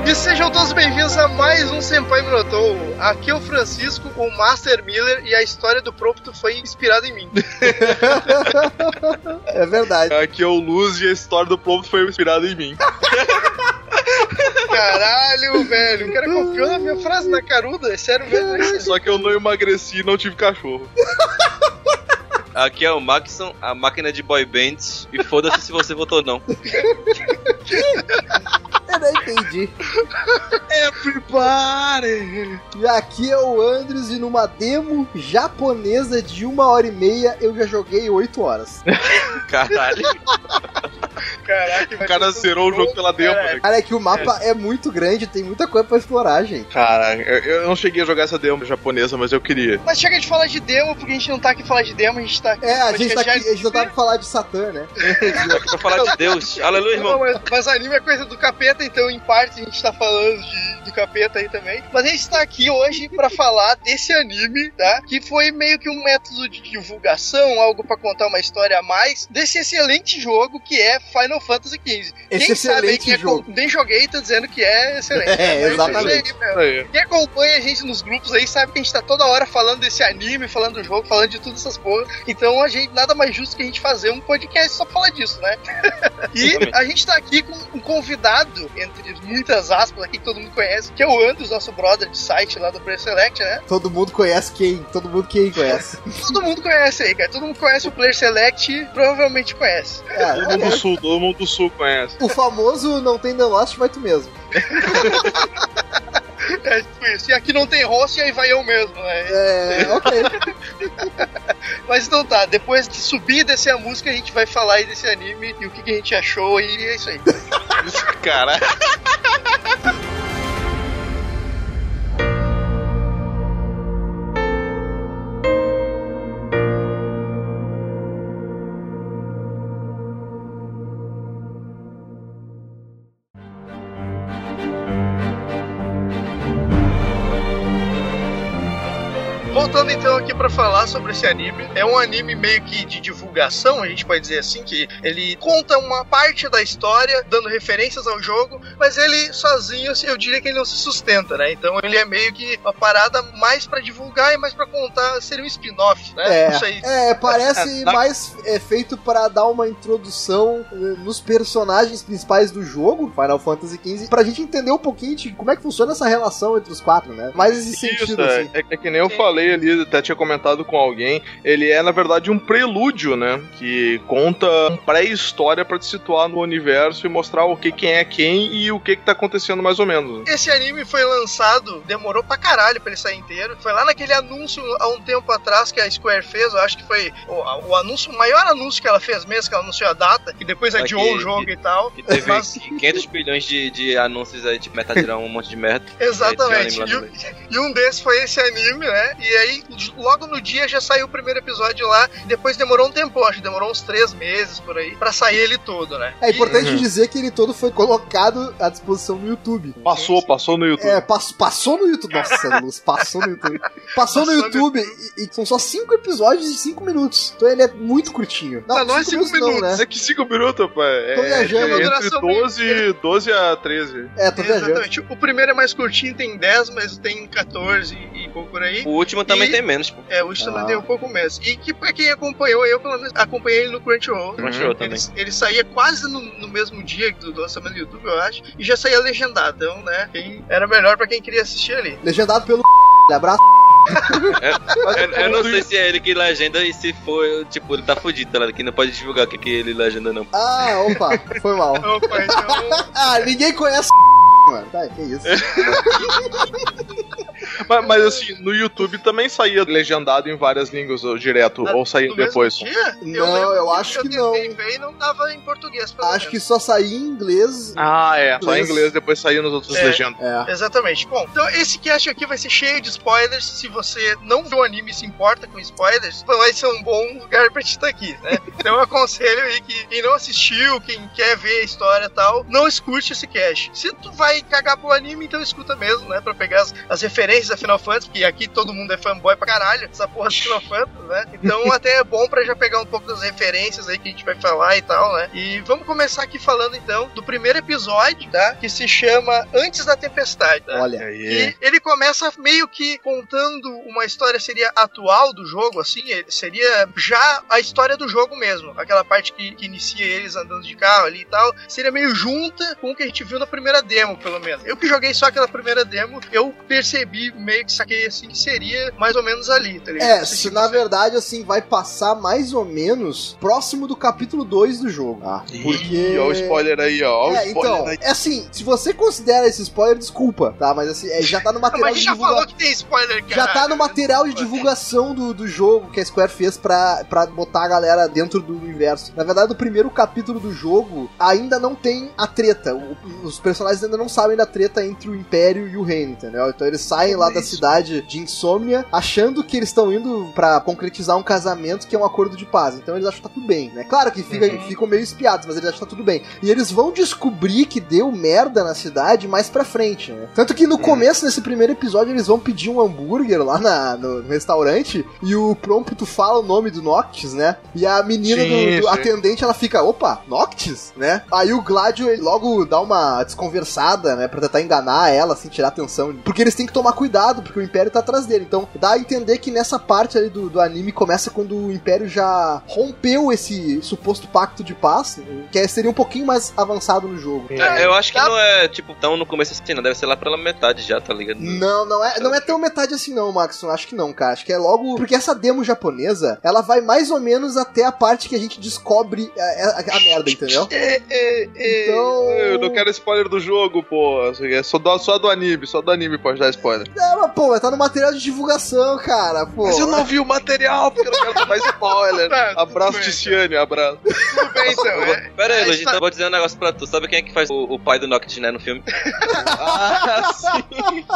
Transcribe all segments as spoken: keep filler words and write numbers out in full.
E sejam todos bem-vindos a mais um Senpai Minotou. Aqui é o Francisco, o Master Miller, e a história do Prompto foi inspirada em mim. É verdade. Aqui é o Luz e a história do Prompto foi inspirada em mim. Caralho, velho, o cara confiou na minha frase na caruda, é sério mesmo. Só que eu não emagreci e não tive cachorro. Aqui é o Maxon, a máquina de boy bands, e foda-se se você votou não. Eu não entendi. Everybody! E aqui é o Andrews e numa demo japonesa de uma hora e meia eu já joguei oito horas. Caralho. Caraca, o cara zerou o jogo pela demo. Né? Cara, é que o mapa é. é muito grande, tem muita coisa pra explorar, gente. Cara, eu, eu não cheguei a jogar essa demo japonesa, mas eu queria. Mas chega de falar de demo, porque a gente não tá aqui pra falar de demo, a gente tá aqui... É, a gente, tá aqui, a gente não tá pra falar de Satã, né? Tá aqui pra falar de Deus. Aleluia, irmão. Não, mas, mas anime é coisa do capeta, então em parte a gente tá falando de, do capeta aí também. Mas a gente tá aqui hoje pra falar desse anime, tá? Que foi meio que um método de divulgação, algo pra contar uma história a mais, desse excelente jogo que é Final Fantasy quinze. Esse Quem excelente sabe, jogo. É, nem joguei, tô dizendo que é excelente. É, né? exatamente. Aí, quem acompanha a gente nos grupos aí sabe que a gente tá toda hora falando desse anime, falando do jogo, falando de tudo essas porra. Então a gente, nada mais justo que a gente fazer um podcast só pra falar disso, né? E a gente tá aqui com um convidado, entre muitas aspas aqui que todo mundo conhece, que é o Andrews, nosso brother de site lá do Player Select, né? Todo mundo conhece quem? Todo mundo quem conhece? Todo mundo conhece aí, cara. Todo mundo conhece o Player Select, provavelmente conhece. É, todo mundo do sul, todo mundo do sul conhece. O famoso não tem The Lost, vai tu mesmo. É tipo isso. E aqui não tem host, e aí vai eu mesmo, né? É, ok. Mas então tá, depois de subir e descer a música, a gente vai falar aí desse anime e o que, que a gente achou, e é isso aí. Cara... Voltando então aqui pra falar sobre esse anime, é um anime meio que de divulgação, a gente pode dizer assim, que ele conta uma parte da história, dando referências ao jogo, mas ele sozinho, eu diria que ele não se sustenta, né? Então ele é meio que uma parada mais pra divulgar e mais pra contar, seria um spin-off, né? É, não sei. é parece mais é, feito pra dar uma introdução nos personagens principais do jogo, Final Fantasy quinze, pra gente entender um pouquinho de como é que funciona essa relação entre os quatro, né? Mais esse sentido, Isso, assim. É, é que nem eu falei ali, até tinha comentado com alguém, ele é na verdade um prelúdio, né, que conta uma pré-história pra te situar no universo e mostrar o que quem é quem e o que que tá acontecendo mais ou menos. Esse anime foi lançado, demorou pra caralho pra ele sair inteiro, foi lá naquele anúncio há um tempo atrás que a Square fez, eu acho que foi o, o anúncio, o maior anúncio que ela fez mesmo, que ela anunciou a data, que depois adiou que, o jogo que, e tal. E teve mas... quinhentos bilhões de, de anúncios aí, tipo, Metadirão, um monte de merda. Exatamente, e, e um desses foi esse anime, né, e aí logo no dia já saiu o primeiro episódio lá, depois demorou um tempo, acho que demorou uns três meses por aí, pra sair ele todo, né. É importante uhum. dizer que ele todo foi colocado à disposição no YouTube. Passou, passou no YouTube. É, pass, passou no YouTube. Nossa, Luz, passou no YouTube. Passou, passou no YouTube no... E, e são só cinco episódios de cinco minutos. Então ele é muito curtinho. Não, não, não é cinco minutos, minutos não, né? É que cinco minutos, pai. Tô é, viajando. é entre doze, doze a treze. É, tô viajando. Exatamente. O primeiro é mais curtinho, tem dez, mas tem quatorze e pouco por aí. O último também e... tem menos, pô. É, o último Ah. também tem um pouco menos. E que pra quem acompanhou, eu pelo menos acompanhei ele no Crunchyroll. Crunchyroll Ele, também. ele saía quase no, no mesmo dia do lançamento do YouTube, eu acho. E já saía legendado, então, né? Quem, era melhor pra quem queria assistir ali. Legendado pelo abraço. É, eu, eu não sei se é ele que legenda e se for, tipo, ele tá fudido, tá ligado? Que não pode divulgar o que, que ele legenda, não. Ah, opa, foi mal. Opa, então... ah, ninguém conhece mano. Tá, que isso. mas, mas assim, no YouTube também saía legendado em várias línguas direto, ou saía no depois? Mesmo dia? Não, eu, eu acho que, que não. Eu tentei ver e não tava em português. Pelo acho menos. que só saía em inglês. Ah, é. Só em inglês, depois saía nos outros é, legendas. É. Exatamente. Bom, então esse cast aqui vai ser cheio de spoilers. Se você não viu o anime e se importa com spoilers, vai ser um bom lugar pra te estar aqui, né? Então eu aconselho aí que quem não assistiu, quem quer ver a história e tal, não escute esse cast. Se tu vai cagar pro anime, então escuta mesmo, né? Pra pegar as, as referências referências a Final Fantasy, porque aqui todo mundo é fanboy pra caralho, essa porra de Final Fantasy, né? Então até é bom pra já pegar um pouco das referências aí que a gente vai falar e tal, né? E vamos começar aqui falando então do primeiro episódio, tá? Que se chama Antes da Tempestade, tá? Olha aí. E ele começa meio que contando uma história, seria atual do jogo, assim, seria já a história do jogo mesmo, aquela parte que, que inicia eles andando de carro ali e tal, seria meio junta com o que a gente viu na primeira demo, pelo menos. Eu que joguei só aquela primeira demo, eu percebi, meio que saquei assim, que seria mais ou menos ali, tá ligado? É, se, se na você... verdade, assim, vai passar mais ou menos próximo do capítulo dois do jogo. Ah, porque... Olha o spoiler aí, ó. É, spoiler então, aí. É assim, se você considera esse spoiler, desculpa, tá? Mas assim, é, já tá no material Mas de já divulgação. falou que tem spoiler, cara. Já tá no material de divulgação do, do jogo que a Square fez pra, pra botar a galera dentro do universo. Na verdade, o primeiro capítulo do jogo ainda não tem a treta. O, os personagens ainda não sabem da treta entre o Império e o Reino, entendeu? Então eles saem lá da cidade de Insônia achando que eles estão indo pra concretizar um casamento que é um acordo de paz. Então eles acham que tá tudo bem, né? Claro que fica, uhum. ficam meio espiados, mas eles acham que tá tudo bem. E eles vão descobrir que deu merda na cidade mais pra frente, né? Tanto que no uhum. começo desse primeiro episódio eles vão pedir um hambúrguer lá na, no, no restaurante e o Prompto fala o nome do Noctis, né? E a menina sim, do, do atendente, ela fica, opa, Noctis, né? Aí o Gladio, ele logo dá uma desconversada, né? Pra tentar enganar ela, assim, tirar atenção. Porque eles têm que tomar cuidado, porque o Império tá atrás dele. Então dá a entender que nessa parte ali do, do anime começa quando o Império já rompeu esse suposto pacto de paz, que seria um pouquinho mais avançado no jogo. É, eu acho que não é, tipo, tão no começo assim, não. Deve ser lá pela metade já, tá ligado? Não, não é, não é tão metade assim não, Maxon. Acho que não, cara. Acho que é logo... Porque essa demo japonesa, ela vai mais ou menos até a parte que a gente descobre a, a, a merda, entendeu? É, é, é. Então... Eu não quero spoiler do jogo, pô. É só do, só do anime, só do anime pode dar spoiler. É, mas pô, tá no material de divulgação, cara, pô. Mas eu não vi o material, porque eu não quero dar spoiler. Tá, abraço, Ticiane, abraço. Tudo bem, então. É. Pera aí, Luiz, então eu vou dizer um negócio pra tu. Sabe quem é que faz o, o pai do Noctis, né, no filme? Ah, sim.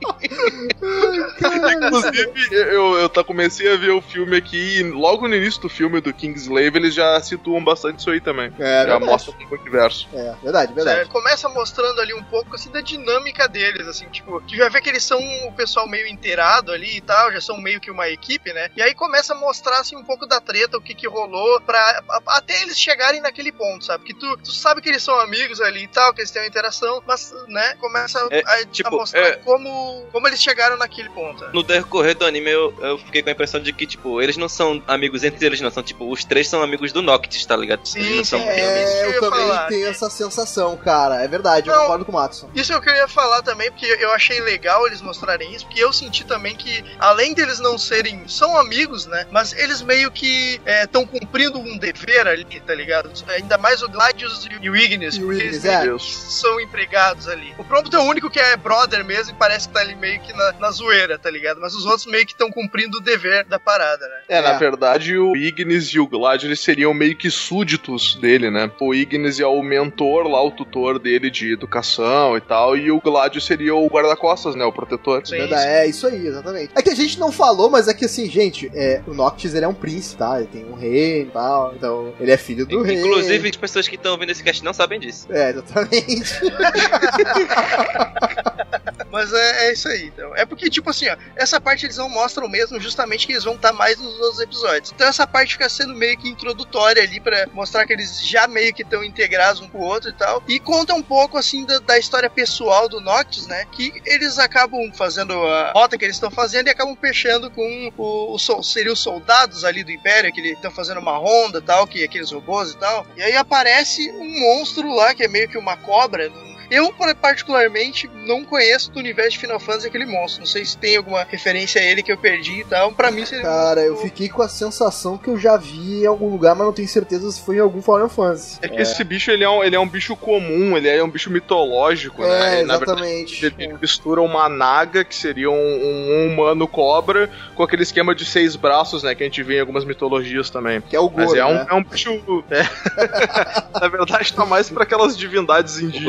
Inclusive, eu, eu tá, comecei a ver o filme aqui e logo no início do filme do Kingslave eles já situam bastante isso aí também. É, já mostram o universo. É, verdade, verdade. É, começa mostrando ali um pouco assim da dinâmica deles, assim, tipo, tu já vê que eles são o pessoal meio inteirado ali e tal, já são meio que uma equipe, né? E aí começa a mostrar assim um pouco da treta, o que que rolou, pra a, até eles chegarem naquele ponto, sabe? Que tu, tu sabe que eles são amigos ali e tal, que eles têm uma interação, mas, né, começa é, a, tipo, a mostrar é... como, como eles chegaram naquele ponto. Né? No decorrer do anime eu, eu fiquei com a impressão de que, tipo, eles não são amigos entre eles, não são, tipo, os três são amigos do Noctis, tá ligado? Sim, eles não sim, são... é, eu, eu também falar. tenho essa sensação, cara, é verdade, não, eu concordo com o Matson. Isso é o que eu ia falar também, porque eu achei legal eles mostrarem isso, porque eu senti também que, além deles não serem, são amigos, né, mas eles meio que estão é, cumprindo um dever ali, tá ligado? Ainda mais o Gladius e o Ignis, e o Ignis, eles é. são empregados ali. O Prompto é o único que é brother mesmo e parece que tá ali meio que na, na zoeira, tá ligado? Mas os outros meio que estão cumprindo o dever da parada, né? É, é, na verdade o Ignis e o Gladius eles seriam meio que súditos dele, né? O Ignis é o mentor lá, o tutor dele de educação e tal, e o Gladius seria o guarda-costas, né? O protetor. Sim, sim. É, isso aí, exatamente. É que a gente não falou, mas é que assim, gente, é, o Noctis ele é um príncipe, tá? Ele tem um rei e tal, então ele é filho do Inclusive, rei. Inclusive, as pessoas que estão ouvindo esse cast não sabem disso. É, exatamente. Mas é, é isso aí, então. É porque, tipo assim, ó, essa parte eles não mostram mesmo, justamente que eles vão estar mais nos outros episódios. Então essa parte fica sendo meio que introdutória ali pra mostrar que eles já meio que estão integrados um com o outro e tal. E conta um pouco, assim, da, da história pessoal do Noctis, né? Que eles acabam fazendo a rota que eles estão fazendo e acabam fechando com o, o seriam os soldados ali do Império, que eles estão fazendo uma ronda e tal, que aqueles robôs e tal. E aí aparece um monstro lá, que é meio que uma cobra. Eu, particularmente, não conheço do universo de Final Fantasy aquele monstro. Não sei se tem alguma referência a ele que eu perdi e tal. Pra mim seria... Cara, eu fiquei com a sensação que eu já vi em algum lugar, mas não tenho certeza se foi em algum Final Fantasy. É que é. esse bicho, ele é, um, ele é um bicho comum, ele é um bicho mitológico, é, né? É, exatamente. Verdade, ele mistura uma naga, que seria um, um humano cobra, com aquele esquema de seis braços, né? Que a gente vê em algumas mitologias também. Que é o Goro, Mas é um, né? é um bicho... É. Na verdade, tá mais pra aquelas divindades indígenas lá,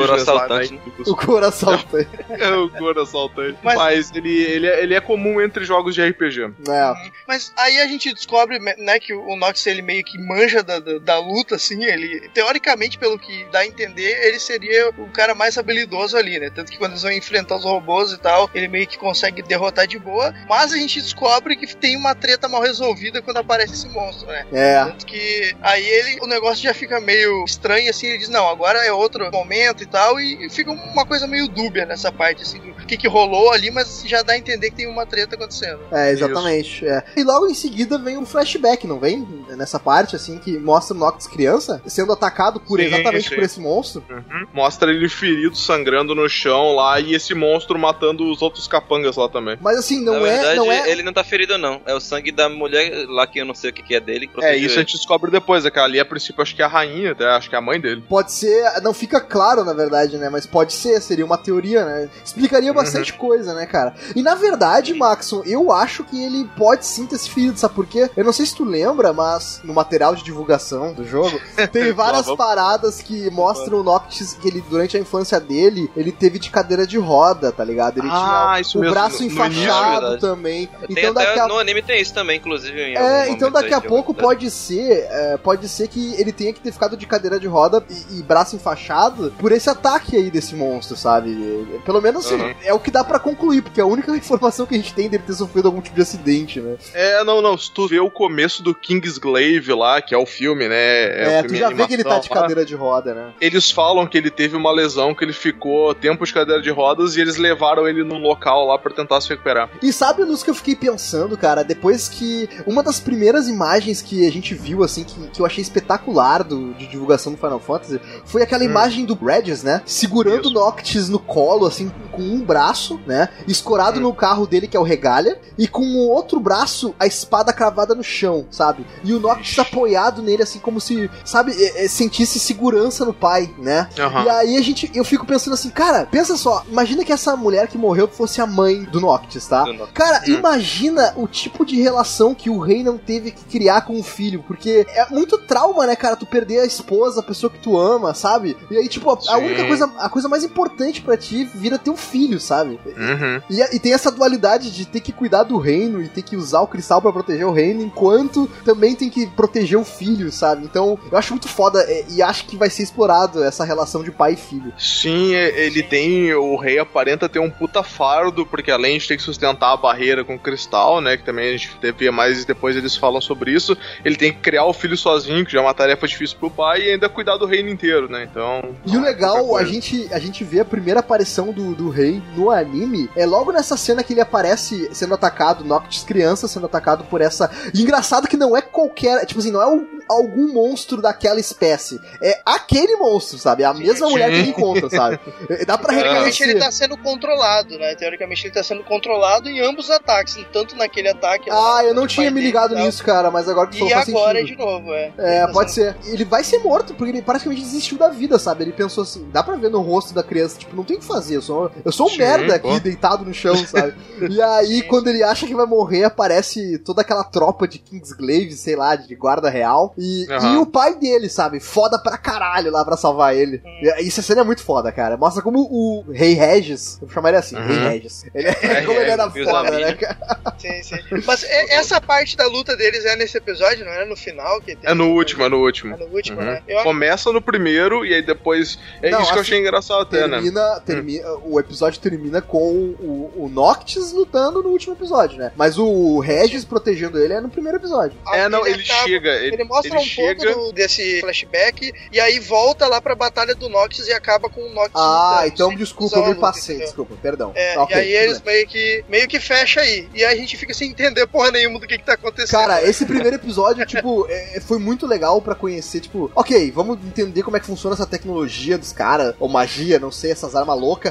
assaltante, né? O couro assaltante. É o couro assaltante. Mas, Mas ele, ele, é, ele é comum entre jogos de R P G. É. Mas aí a gente descobre, né, que o Noctis, ele meio que manja da, da, da luta, assim, ele, teoricamente, pelo que dá a entender, ele seria o cara mais habilidoso ali, né? Tanto que quando eles vão enfrentar os robôs e tal, ele meio que consegue derrotar de boa, mas a gente descobre que tem uma treta mal resolvida quando aparece esse monstro, né? É. Tanto que aí ele, o negócio já fica meio estranho, assim, ele diz, não, agora é outro momento e tal, e, e fica uma coisa meio dúbia nessa parte, assim, do que que rolou ali, mas já dá a entender que tem uma treta acontecendo. É, exatamente. É. E logo em seguida vem um flashback, não vem? Nessa parte, assim, que mostra o Noctis criança sendo atacado por Sim, exatamente sim. por esse monstro. Uhum. Mostra ele ferido, sangrando no chão lá, e esse monstro matando os outros capangas lá também. Mas assim, não Na é... verdade, não é... ele não tá ferido, não. É o sangue da mulher lá que eu não sei o que, que é dele. Que É, protegeu isso a ele. gente descobre depois, é que ali a princípio acho que é a rainha, até, acho que é a mãe dele. Pode ser, não fica claro na verdade, né? Mas pode ser, seria uma teoria, né? Explicaria bastante Uhum. coisa, né, cara? E na verdade, Maxon, eu acho que ele pode sim ter se ferido, sabe por quê? Eu não sei se tu lembra, mas no material de divulgação do jogo, tem várias Lá, vamos. paradas que mostram o Noctis que ele, durante a infância dele, ele teve de cadeira de roda, tá ligado? Ele Ah, tinha isso o mesmo, braço no- no enfaixado início, também. Tem Então até, daqui a no anime tem isso também, inclusive. Em É, algum então momento daqui a aí de pouco alguma- pode ser, é, pode ser que ele tenha que ter ficado de cadeira de roda e, e braço enfaixado por esse ataque aí desse monstro, sabe? Pelo menos Uhum. é o que dá pra concluir, porque é a única informação que a gente tem dele ter sofrido algum tipo de acidente, né? É, não, não, se tu vê o começo do Kingsglaive lá, que é o filme, né? É, É, o tu filme já vê que ele tá de animação lá, cadeira de roda, né? Eles falam que ele teve uma lesão, que ele ficou tempo de cadeira de rodas e eles levaram ele num local lá pra tentar se recuperar. E sabe, Luz, que eu fiquei pensando, cara, depois que uma das primeiras imagens que a gente viu, assim, que, que eu achei espetacular do, de divulgação do Final Fantasy, foi aquela Hum. imagem do Regis, né? Segurando o Isso. Noctis no colo, assim, com um braço, né? Escorado Hum. no carro dele, que é o Regalia, e com o outro braço, a espada cravada no chão, sabe? E o Noctis Ixi. apoiado nele, assim, como se, sabe, é, é, sentisse segurança no pai, né? Aham. E aí a gente, eu fico pensando assim, cara, pensa só, imagina que essa mulher que morreu fosse a mãe do Noctis, tá? Do Noctis. Cara, Hum. imagina o tipo de relação que o rei não teve que criar com o filho, porque é muito trauma, né, cara, tu perder a esposa, a pessoa que tu ama, sabe? E aí, tipo, a, a Sim. única coisa, a coisa mais importante pra ti vira teu filho, sabe? Uhum. E, e tem essa dualidade de ter que cuidar do reino e ter que usar o cristal pra proteger o reino, enquanto também tem que proteger o filho, sabe? Então, eu acho muito foda é, e acho que vai ser explorado essa relação de pai e filho. Sim, é- ele tem. O rei aparenta ter um puta fardo, porque além de ter que sustentar a barreira com cristal, né? Que também a gente devia mais depois eles falam sobre isso. Ele tem que criar o filho sozinho, que já é uma tarefa difícil pro pai, e ainda cuidar do reino inteiro, né? Então. E o é legal, pouca a coisa. gente, a gente vê a primeira aparição do, do rei no anime, é logo nessa cena que ele aparece sendo atacado, Noctis criança sendo atacado por essa... E engraçado que não é qualquer... Tipo assim, não é um, algum monstro daquela espécie. É aquele monstro, sabe? É a mesma sim. mulher que ele encontra, sabe? Dá pra Teoricamente ele reconhecer. tá sendo controlado, né? Teoricamente ele tá sendo controlado em ambos os ataques, tanto naquele ataque... Ah, eu não do tinha pai me dele ligado e tal, nisso, cara, mas agora que tu E falou faz agora é sentido. de novo, é. É, Ele tá pode sendo- ser. Ele vai ser morto, porque ele praticamente desistiu da vida, sabe? Ele pensou assim, dá pra ver no rosto da criança, tipo, não tem o que fazer, eu sou, eu sou um Sim, merda aqui, pô. deitado no chão, sabe? E aí, quando ele acha que vai morrer, aparece toda aquela tropa de Kingsglaive, sei lá, de guarda real, e, Aham. e o pai dele, sabe? Foda pra caralho lá pra salvar ele. E, essa cena é muito foda, cara. Mostra como o Rei Regis, eu chamaria assim, Uhum. Rei Regis. Ele é, como ele era viu, foda, Zamir? né, cara? Sim, sim. Mas é- essa parte da luta deles é nesse episódio, não é no final? Que tem- É no último, é no último. É no último, Uhum. né? Eu, Começa no primeiro e aí depois. É Não, isso que eu assim, achei engraçado até, né? Termina, termina, o episódio termina com o, o Noctis lutando no último episódio, né? Mas o Regis protegendo ele é no primeiro episódio. É, não, ele acaba- chega. Ele, Ele mostra ele um chega. pouco do- desse flashback e aí volta lá pra batalha do Noctis e acaba com o Noctis Ah, lutando, então sem desculpa, usar eu me a luta, passei, entendeu? desculpa, perdão. É, Tá, ok, e aí tudo eles bem. meio que, meio que fecha aí. E aí a gente fica sem entender porra nenhuma do que que tá acontecendo. Cara, esse primeiro episódio, tipo, é, foi muito legal pra conhecer, tipo, ok, vamos entender como é que funciona essa tecnologia dos caras, ou magia, não sei, essas armas loucas, mas assim,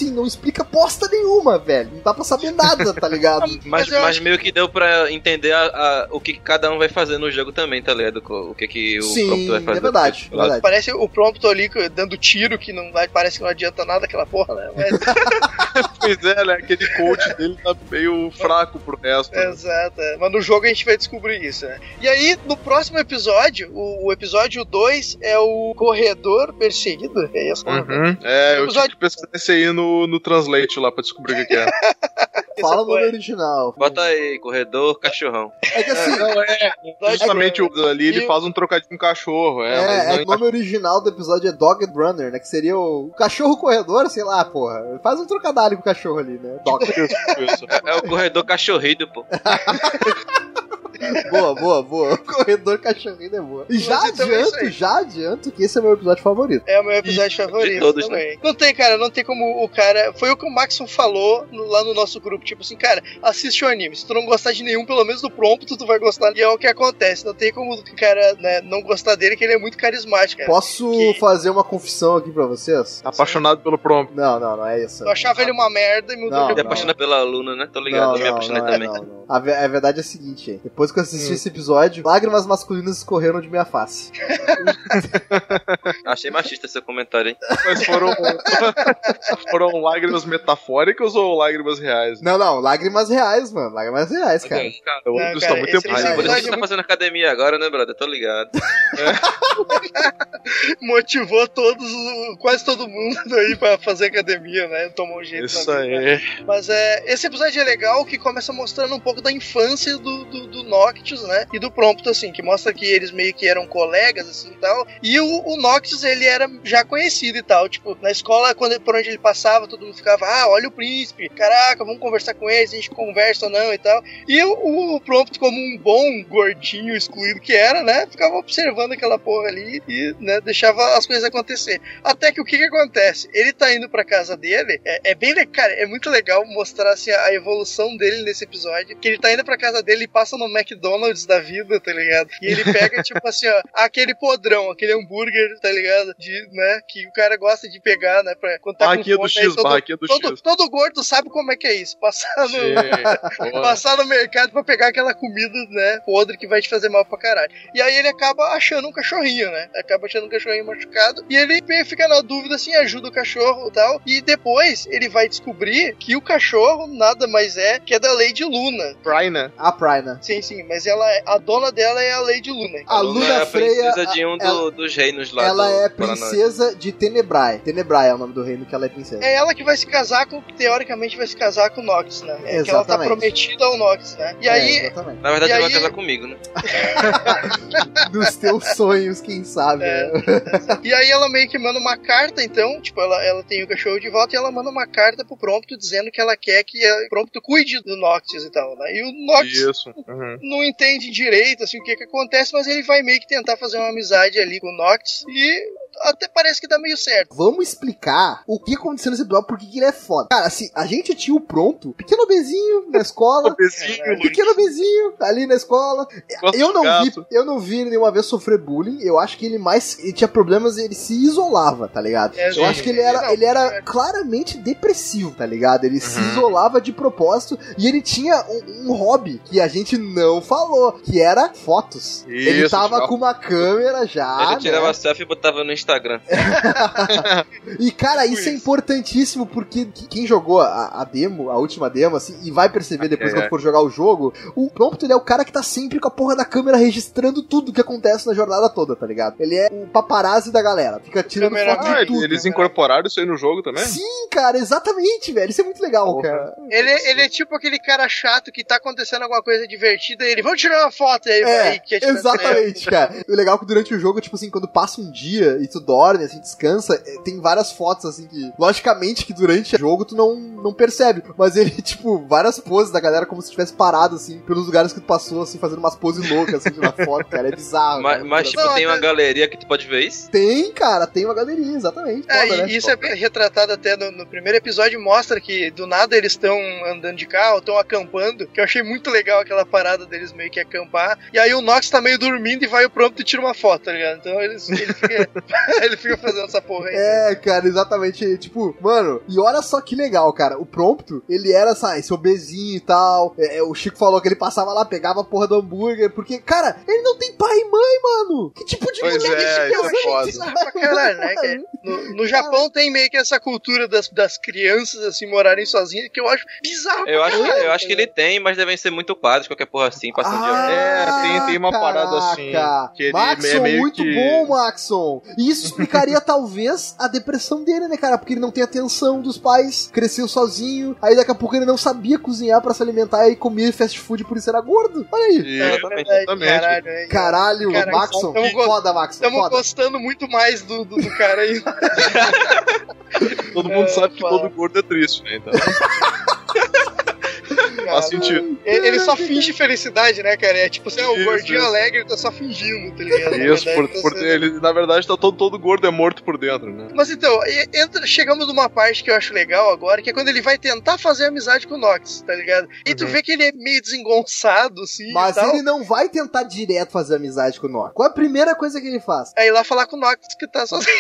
assim, não explica bosta nenhuma, velho. Não dá pra saber nada, tá ligado? Mas, Mas mas, eu- meio que deu pra entender a, a- o que cada um vai fazer no jogo também, tá ligado? O que, que o Sim, Prompto vai fazer. é verdade, é verdade. Parece o Prompto ali dando tiro que não vai, parece que não adianta nada aquela porra, né? Mas, Pois é, né? Aquele coach dele tá meio fraco pro resto. né? exato, é. Mas no jogo a gente vai descobrir isso, né? E aí, no próximo episódio, o, o episódio dois é o Corredor Perseguido. É isso? Uhum. É, eu Episódio- tive que pesquisar esse aí no, no Translate lá pra descobrir o que, que é. Fala no foi. original. Bota aí, corredor, cachorrão. É que assim, Não, é. Justamente o ali ele E- faz um trocadinho com cachorro. É, mas é, não é que o nome original do episódio é Dogged Runner, né? Que seria o, o cachorro corredor, sei lá, porra. Faz um trocadilho com o cachorro ali, né? Dogged. isso. É o corredor cachorrido, pô. Boa, boa, boa. Corredor cachorrinho é boa. E já Mas então é isso adianto, aí. já adianto que esse é o meu episódio favorito. É o meu episódio favorito de todos, também. Não tem, cara, não tem como o cara... Foi o que o Maxon falou no- lá no nosso grupo, tipo assim, cara, assiste o anime. Se tu não gostar de nenhum, pelo menos do Prompto, tu vai gostar. E é o que acontece. Não tem como o cara, né, não gostar dele, que ele é muito carismático, cara. Posso Que- fazer uma confissão aqui pra vocês? Apaixonado pelo Prompt. Não, não, não é isso. Eu achava ele uma merda e mudou Não, de Ele é não. apaixonado pela aluna, né? Tô ligado, Não, eu me não, apaixonei não, é, também. não, não. A, ve- a verdade é a seguinte, hein? Depois que eu assisti Hum. esse episódio, lágrimas masculinas escorreram de minha face. Achei machista seu comentário, hein? Mas foram, foram lágrimas metafóricas ou lágrimas reais? Não, não, lágrimas reais, mano. Lágrimas reais, cara. Ok, cara. Eu Não, isso cara, tá muito esse- tempo. esse Ah, por isso episódio que é você tá fazendo academia agora, né, brother? Tô ligado. motivou todos, o- quase todo mundo aí pra fazer academia, né? Tomou um jeito Isso na vida. aí. Mas é, esse episódio é legal, que começa mostrando um pouco da infância do, do, do Noctis, né? E do Prompto, assim, que mostra que eles meio que eram colegas, assim, e tal. E o, o Noctis, ele era já conhecido e tal. Tipo, na escola, quando, por onde ele passava, todo mundo ficava, ah, olha o príncipe, caraca, vamos conversar com eles, a gente conversa ou não e tal. E o, o Prompto, como um bom gordinho excluído que era, né? Ficava observando aquela porra ali e, né, deixava as coisas acontecer. Até que o que que acontece? Ele tá indo pra casa dele, é, é bem, le- cara, é muito legal mostrar, assim, a, a evolução dele nesse episódio, que ele tá indo pra casa dele e passa no McDonald's da vida, tá ligado? E ele pega, tipo assim, ó, aquele podrão, aquele hambúrguer, tá ligado? De, né, que o cara gosta de pegar, né, pra quando tá Barraquinha com do fome, aí X, todo, barraquinha do todo, X. todo gordo sabe como é que é isso, passar no, Sim. Boa. passar no mercado pra pegar aquela comida, né, podre que vai te fazer mal pra caralho. E aí ele acaba achando um cachorrinho, né? Acaba achando um cachorrinho machucado. E ele fica na dúvida, assim, ajuda o cachorro e tal. E depois ele vai descobrir que o cachorro nada mais é que é da Lady Luna. Praina. A Praina. Sim, sim, mas ela é- a dona dela é a Lady Luna. A Luna Luna é a Freya, princesa de um do- ela- dos reinos lá Ela do é Paraná. princesa de Tenebrae. Tenebrae é o nome do reino que ela é princesa. É ela que vai se casar com, teoricamente vai se casar com o Nox, né? É que ela tá Exatamente. prometida ao Nox, né? E É, aí, exatamente. Na verdade, E ele vai aí- casar comigo, né? Dos teus sonhos, quem sabe. É. né? E aí ela meio que manda uma carta, então, tipo, ela, ela tem o cachorro de volta e ela manda uma carta pro Prompto dizendo que ela quer que o Prompto cuide do Noctis e tal, né? E o Noctis Isso. Uhum. não entende direito, assim, o que que acontece, mas ele vai meio que tentar fazer uma amizade ali com o Noctis e até parece que dá meio certo. Vamos explicar o que aconteceu nesse episódio, porque que ele é foda. Cara, assim, a gente tinha o Pronto, pequeno bezinho na escola, Bezinho, pequeno bezinho ali na escola. Gosto Eu de não vi, gato. eu não vi ele nenhuma vez sofrer bullying. Eu acho que ele mais ele tinha problemas, ele se isolava, tá ligado? É, Eu gente, acho que ele era, não, ele era é. claramente depressivo, tá ligado? Ele se Uhum. isolava de propósito e ele tinha um, um hobby que a gente não falou, que era fotos. ele Isso, tava já. com uma câmera já, ele tirava né? selfie e botava no Instagram. E cara, Tipo isso é isso. importantíssimo porque quem jogou a, a demo, a última demo, assim, e vai perceber depois É, quando é. for jogar o jogo, o Prompto ele é o cara que tá sempre com a porra da câmera registrando tudo que acontece na jornada toda, tá ligado? Ele é o paparazzi da galera, fica tirando Câmera foto Ah, de tudo. eles incorporaram isso aí no jogo também? Sim, cara, exatamente, velho. Isso é muito legal, Porra. cara. Ele, ele é tipo aquele cara chato que tá acontecendo alguma coisa divertida e ele, vamos tirar uma foto e aí É, vai quer tirar- exatamente, cara. O legal é que durante o jogo, tipo assim, quando passa um dia e tu dorme, assim, descansa, é, tem várias fotos, assim, que, logicamente, que durante o jogo tu não, não percebe, mas ele, tipo, várias poses da galera como se tivesse parado, assim, pelos lugares que tu passou, assim, fazendo umas poses loucas, assim, na foto, cara, é bizarro. mas, cara. mas, tipo, Não, tem uma até- galeria que tu pode ver isso? Tem, cara, tem uma galeria, exatamente. É, foda, e né? isso é bem retratado até no, no primeiro episódio, mostra que do nada eles estão andando de carro, estão acampando, que eu achei muito legal aquela parada deles meio que acampar, e aí o Nox tá meio dormindo e vai o Prompto e tira uma foto, tá ligado? Então eles, ele fica Ele fica fazendo essa porra aí. É, cara, exatamente. Tipo, mano, e olha só que legal, cara. O Prompto, ele era, sabe, esse obesinho e tal. É, o Chico falou que ele passava lá, pegava a porra do hambúrguer, porque, cara, ele não tem pai e mãe, mano. Que tipo de Pois moleque é, esse isso é foda. Bizarro pra caralho, né, cara? No, no Japão tem meio que essa cultura das, das crianças, assim, morarem sozinhas, que eu acho bizarro. Eu pra acho, caralho, eu acho que ele tem, mas devem ser muito quadros, qualquer porra assim, passando de ano. É, tem- tem uma parada assim, que ele Maxon, é meio muito que- bom, Maxon. E isso explicaria talvez a depressão dele, né, cara? Porque ele não tem atenção dos pais, cresceu sozinho, aí daqui a pouco ele não sabia cozinhar pra se alimentar e comia fast food, por isso era gordo. Olha aí. E- É Exatamente. verdade, exatamente. caralho, é. Caralho, Cara, Maxon. tamo go- Foda, Maxon. Estamos Foda. gostando muito mais do, do, do cara aí. Todo mundo É, sabe que fala. todo gordo é triste, né? Então, faz sentido. Ele ele só finge felicidade, né, cara? É tipo assim, ah, o Isso, gordinho isso. alegre tá só fingindo, tá ligado? Na Isso, verdade, por, tá por sendo- ele, na verdade, tá todo, todo gordo é morto por dentro, né? Mas então, e- entra, chegamos numa parte que eu acho legal agora, que é quando ele vai tentar fazer amizade com o Nox, tá ligado? E tu Uhum. vê que ele é meio desengonçado, assim, Mas e tal. ele não vai tentar direto fazer amizade com o Nox. Qual é a primeira coisa que ele faz? Aí lá falar com o Nox que tá sozinho.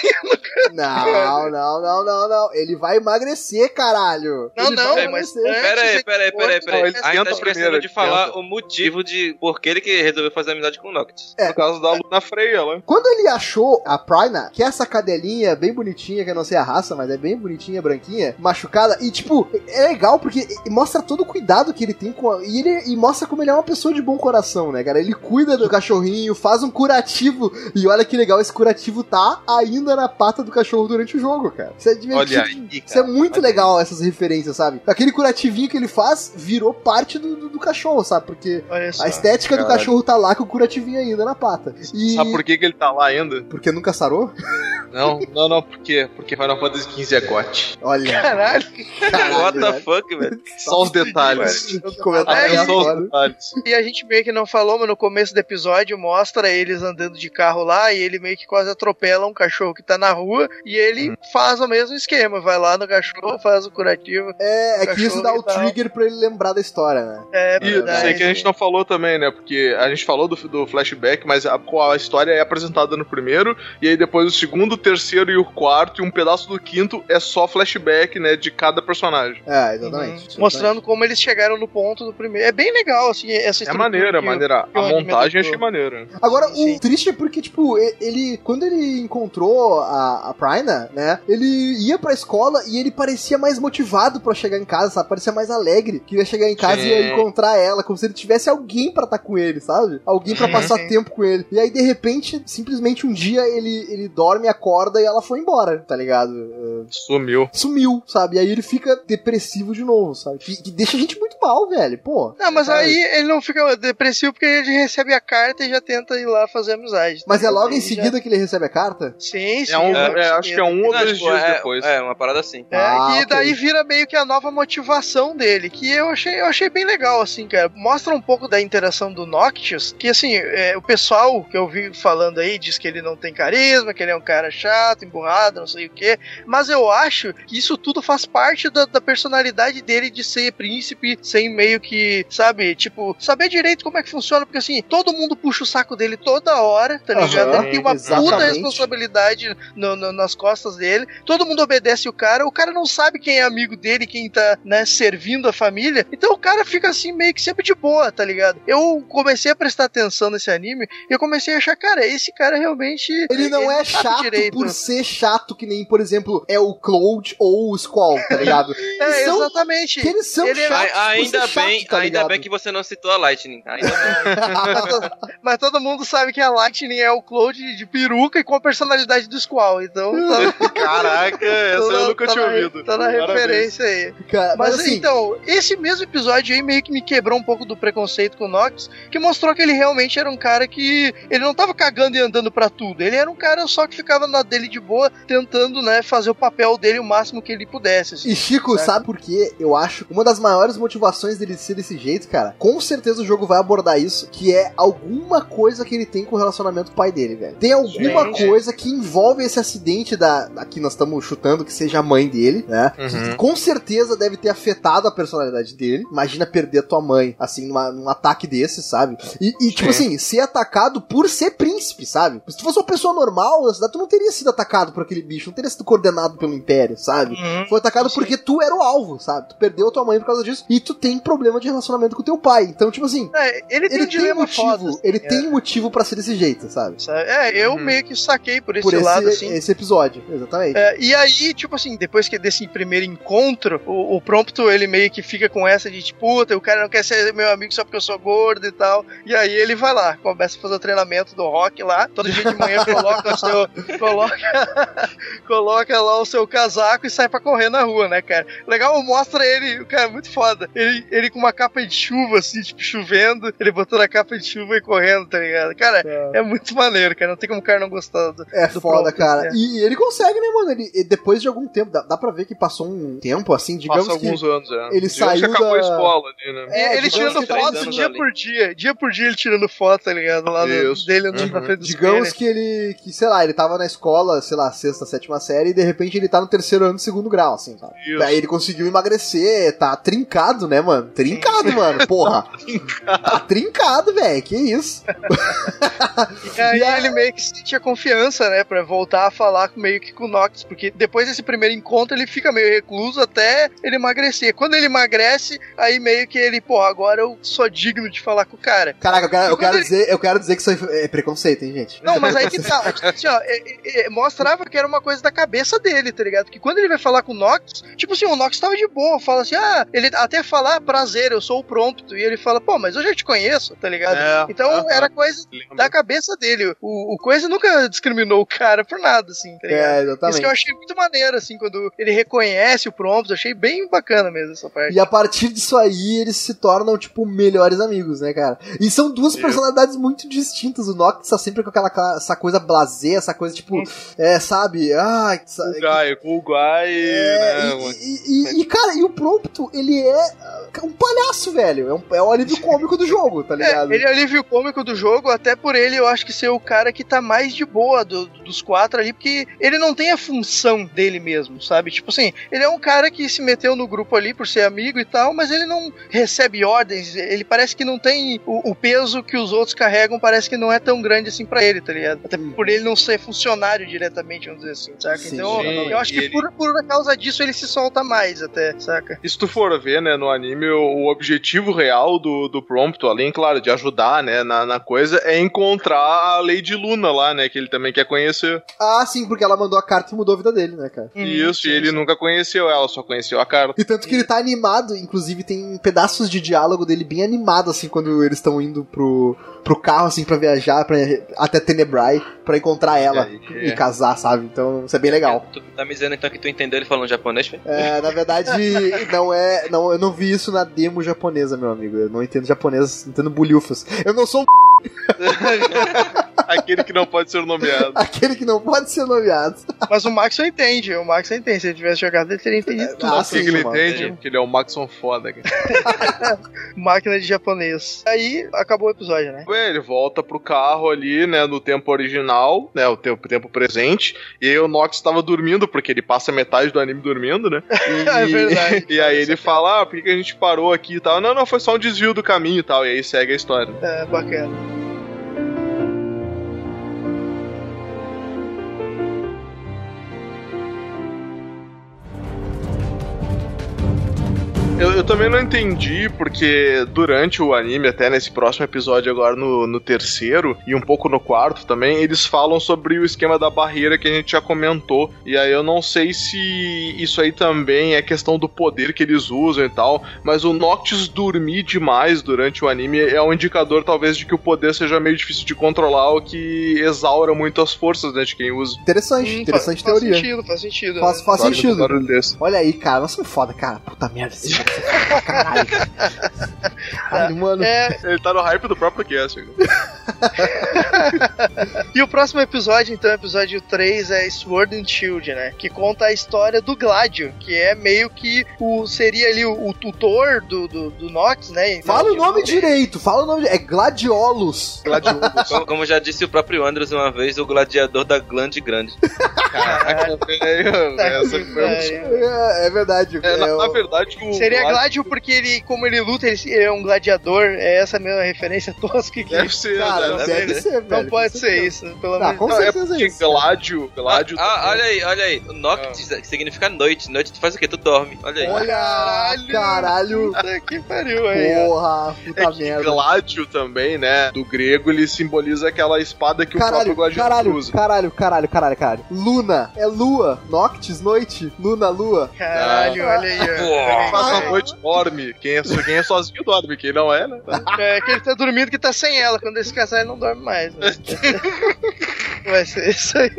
Não, não, não, não, não. Ele vai emagrecer, caralho. Não, Ele não, vai mas- emagrecer. é, Pera aí, pera aí, pera aí, pera aí. Não, ele Ainda tenta tá esquecendo primeiro, de ele falar tenta. o motivo de por que ele que resolveu fazer amizade com o Noctis. É. Por causa da Luna Freya lá. Quando ele achou a Prina, que é essa cadelinha bem bonitinha, que eu não sei a raça, mas é bem bonitinha, branquinha, machucada, e tipo, é legal porque mostra todo o cuidado que ele tem com a, e ele e mostra como ele é uma pessoa de bom coração, né, cara? Ele cuida do cachorrinho, faz um curativo, e olha que legal, esse curativo tá ainda na pata do cachorro durante o jogo, cara. Isso é divertido. Olha aí, Isso é cara. muito Olha legal, essas referências, sabe? Aquele curativinho que ele faz virou parte do, do, do cachorro, sabe? Porque Olha só. a estética do Caralho. cachorro tá lá com o curativinho ainda na pata. E... Sabe por que, que ele tá lá ainda? Porque nunca sarou? Não, não, não, por quê? Porque Final Fantasy quinze é gote. Olha. Caralho. Caralho, What the velho. fuck, velho? Só os detalhes. Que comentário É, Só os aleatório. detalhes. E a gente meio que não falou, mas no começo do episódio mostra eles andando de carro lá e ele meio que quase atropela um cachorro que tá na rua e ele faz o mesmo esquema, vai lá no cachorro, faz o curativo. É, é que isso dá o Cachorro e tal. trigger pra ele lembrar da história, né? É E verdade. isso aí que a gente não falou também, né? Porque a gente falou do, do flashback, mas a, a história é apresentada no primeiro, e aí depois o segundo, o terceiro e o quarto, e um pedaço do quinto é só flashback, né? De cada personagem. É, exatamente. Uhum. Mostrando como eles chegaram no ponto do primeiro. É bem legal, assim, essa É estrutura maneira, que o- maneira. que o A anime montagem eu adotou. achei maneira. Agora, Sim. o triste é porque, tipo, e- ele, quando ele encontrou a, a Prina, né, ele ia pra escola e ele parecia mais motivado pra chegar em casa, sabe? Parecia mais alegre, queria chegar em casa Sim. e ia encontrar ela, como se ele tivesse alguém pra estar com ele, sabe? Alguém pra Uhum. passar Sim. tempo com ele. E aí, de repente, simplesmente um dia ele, ele dorme, acorda e ela foi embora, tá ligado? Uh, Sumiu. sumiu, sabe? E aí ele fica depressivo de novo, sabe? Que, que deixa a gente muito mal, velho, pô. Não, mas Sabe? aí ele não fica depressivo porque ele recebe a carta e já tenta ir lá fazer amizade. Mas é logo em Aí seguida já- que ele recebe a carta? Sim, sim. É um, logo em é, acho que é um ou Não, dois tipo, dias é, depois. É, uma parada assim. É, Ah, que ok. daí vira meio que a nova motivação dele, que eu achei, eu achei bem legal, assim, cara. Mostra um pouco da interação do Noctis, que assim, é, o pessoal que eu vi falando aí diz que ele não tem carisma, que ele é um cara chato, emburrado, não sei o quê, mas eu acho que isso tudo faz parte da, da personalidade dele de ser príncipe, sem meio que, sabe, tipo, saber direito como é que funciona, porque assim, todo mundo puxa o saco dele toda hora, tá Aham, ligado? Ele tem uma puta exatamente. responsabilidade no- no- nas costas dele, todo mundo obedece o cara, o cara não sabe quem é amigo dele, quem tá, né, servindo a família, então o cara fica assim meio que sempre de boa, tá ligado? Eu comecei a prestar atenção nesse anime e eu comecei a achar, cara, esse cara realmente... Ele não é sabe chato direito. por ser chato, que nem, por exemplo, é o Cloud ou o Squall, tá ligado? É, são- exatamente. Que eles são Ele é- chatos A- ainda por ser bem, chato, tá ainda ligado? bem que você não citou a Lightning. Ainda bem. mas, to- mas todo mundo sabe que a Lightning é o Cloud de peruca e com a personalidade do Squall, então tá, Caraca, essa tá na- eu nunca tá tinha na- ouvido. Tá na Parabéns. referência aí. Cara, Mas, mas, assim, então, esse mesmo episódio aí meio que me quebrou um pouco do preconceito com o Nox, que mostrou que ele realmente era um cara que ele não tava cagando e andando pra tudo. Ele era um cara só que ficava na dele de boa, tentando, né, fazer o papel dele o máximo que ele pudesse. assim. E Chico, Certo. sabe por quê? Eu acho uma das maiores motivações motivações dele ser desse jeito, cara, com certeza o jogo vai abordar isso, que é alguma coisa que ele tem com o relacionamento pai dele, velho. Tem alguma Gente. coisa que envolve esse acidente da... Aqui nós estamos chutando que seja a mãe dele, né? Uhum. Que com certeza deve ter afetado a personalidade dele. Imagina perder a tua mãe, assim, numa, num ataque desse, sabe? E, e tipo assim, ser atacado por ser príncipe, sabe? Se tu fosse uma pessoa normal, tu não teria sido atacado por aquele bicho, não teria sido coordenado pelo Império, sabe? Uhum. Foi atacado porque tu era o alvo, sabe? Tu perdeu a tua mãe por causa disso e tu tem problema de relacionamento com teu pai. Então, tipo assim, é, ele tem, ele um tem motivo, foda, assim, ele é. tem motivo pra ser desse jeito, sabe? É, eu uhum. meio que saquei por esse, por esse lado, assim. esse episódio, exatamente. É, e aí, tipo assim, depois que desse primeiro encontro, o, o Prompto, ele meio que fica com essa de, tipo, puta, o cara não quer ser meu amigo só porque eu sou gordo e tal. E aí ele vai lá, começa a fazer o treinamento do rock lá, todo dia de manhã coloca o seu... coloca, coloca lá o seu casaco e sai pra correr na rua, né, cara? Legal, mostra ele, o cara é muito foda. Ele, ele com uma capa de chuva, assim, tipo, chovendo, ele botando a capa de chuva e correndo, tá ligado? Cara, é, é muito maneiro, cara. Não tem como o cara não gostar do, É do foda, Prompto, cara. É. E ele consegue, né, mano? Ele, depois de algum tempo, dá, dá pra ver que passou um tempo, assim, digamos Passa que... alguns anos, é. Ele digamos saiu que acabou da... a escola ali, né? É, ele tirando foto dia ali. por dia. Dia por dia ele tirando foto, tá ligado? Lá no, dele no, uhum. na frente do Digamos espelho. que ele, que sei lá, ele tava na escola, sei lá, sexta, sétima série, e de repente ele tá no terceiro ano do segundo grau, assim, sabe? Isso. Daí ele conseguiu emagrecer, tá trincado, né, mano? Trincado, mano, porra. Tá trincado, velho, que isso? E aí, e aí ele meio que sentia confiança, né, pra voltar a falar meio que com o Nox, porque depois desse primeiro encontro ele fica meio recluso até ele emagrecer. Quando ele emagrece, aí meio que ele, pô, agora eu sou digno de falar com o cara. Caraca, eu quero, eu quero, ele... dizer, eu quero dizer que isso é preconceito, hein, gente? Não, mas aí que tá. Assim, ó, é, é, mostrava que era uma coisa da cabeça dele, tá ligado? Porque quando ele vai falar com o Nox, tipo assim, o Nox tava de boa, fala assim, ah, ele até fala, ah, prazer, eu sou o Prompto, e ele fala, pô, mas eu já te conheço, tá ligado? É, então uh-huh. era coisa Lembra. da cabeça dele. O, o Coisa nunca discriminou o cara por nada, assim, tá ligado? É, exatamente. Isso que eu achei muito maneiro, assim, quando ele reconhece o Prompto, eu achei bem bacana mesmo essa parte. E a partir disso aí, eles se tornam, tipo, melhores amigos, né, cara? E são duas é. personalidades muito distintas. O Nox tá sempre com aquela essa coisa blasé, essa coisa, tipo, é, sabe? Ah, cool guy, cool guy, é, né? E, e, e, cara, e o Prompto, ele é um palhaço, velho. É, um, é o alívio cômico do jogo, tá ligado? É, ele é o alívio cômico do jogo, até por ele, eu acho que ser o cara que tá mais de boa do, dos quatro ali, porque ele não tem a função dele mesmo, sabe? Tipo assim, ele é um cara que se meteu no grupo ali por ser amigo e tal, mas ele não recebe ordens, ele parece que não tem o, o peso que os outros carregam, parece que não é tão grande assim pra ele, tá ligado? Até por ele não ser funcionário diretamente, vamos dizer assim, saca? Sim, então, sim, eu acho que ele... por, por causa disso ele se solta mais até, saca? E se tu for ver, né, no anime, o, o objetivo real do, do Prompto, além, claro, de ajudar, né, na, na coisa, é encontrar a Lady Luna lá, né, que ele também quer conhecer. Ah, sim, porque ela mandou a carta e mudou a vida dele, né, cara? Isso, hum, e ele sim. nunca conheceu ela, só conheceu a carta. E tanto que ele tá animado, inclusive tem pedaços de diálogo dele bem animado, assim, quando eles estão indo pro, pro carro, assim, pra viajar pra, até Tenebrae, pra encontrar ela é, e é. casar, sabe? Então, isso é bem legal. Tu tá me dizendo, então, que tu entendeu ele falando japonês, filho? É, na verdade, não é... Não, eu não vi isso na demo japonesa, meu amigo. Eu não entendo japonês, entendo bulhufas. Eu não sou um Aquele que não pode ser nomeado. Aquele que não pode ser nomeado. Mas o Maxon entende, o Maxon entende. Se ele tivesse jogado, ele teria entendido tudo. Ah, sim, que ele entende? Porque ele é o Maxon foda. Máquina de japonês. Aí, acabou o episódio, né? Ué, ele volta pro carro ali, né, no tempo original, né, o tempo, tempo presente, e aí o Nox tava dormindo, porque ele passa metade do anime dormindo, né? E, é verdade. E aí ele fala, ah, por que a gente parou aqui e tal? Não, não, foi só um desvio do caminho e tal, e aí segue a história. É, bacana. Eu, eu também não entendi, porque durante o anime, até nesse próximo episódio agora, no, no terceiro, e um pouco no quarto também, eles falam sobre o esquema da barreira que a gente já comentou, e aí eu não sei se isso aí também é questão do poder que eles usam e tal, mas o Noctis dormir demais durante o anime é um indicador, talvez, de que o poder seja meio difícil de controlar, ou que exaura muito as forças, né, de quem usa. Interessante, hum, interessante faz, teoria. Faz sentido, faz sentido. Faz, faz claro, sentido. Olha aí, cara, nós somos foda, cara. Puta merda, esse jogo. Caralho. Ai, mano. É... Ele tá no hype do próprio cast. E o próximo episódio, então, episódio três, é Sword and Shield, né? Que conta a história do Gladio, que é meio que o seria ali o, o tutor do, do, do Nox, né? Então, fala o tipo, nome direito, fala o nome. É Gladiolus. Gladiolus. Como, como já disse o próprio Andros uma vez, o gladiador da glande grande. Caraca, velho. Tá Essa que foi um... É, é verdade. é, na, é, na o... verdade, o seria Gladio porque ele, como ele luta, ele é um gladiador. É essa mesma referência tosca que... Deve ser, Cara, né? deve, deve ser, velho. Não pode com ser certeza. isso, pelo Ah, amor com de Deus. É certeza porque é isso. Gládio, Gládio... Ah, olha aí, olha aí. O Noct Ah. significa noite. Noite tu faz o quê? Tu dorme. Olha aí. Olha, Caralho. caralho. Puta que pariu aí, ó. Porra, puta É que merda. Gládio também, né? Do grego, ele simboliza aquela espada que o Caralho, próprio gladiador caralho, usa. caralho, caralho, caralho, caralho. Luna, é lua. Noctis, noite. Luna, lua. Caralho, Ah. olha aí, ó. Uou. Olha aí. Faz uma noite, dorme. Quem é, quem é sozinho dorme, quem não é, né? É que ele tá dormindo que tá sem ela. Quando esse casar, ele não dorme mais. Né? Vai ser isso aí.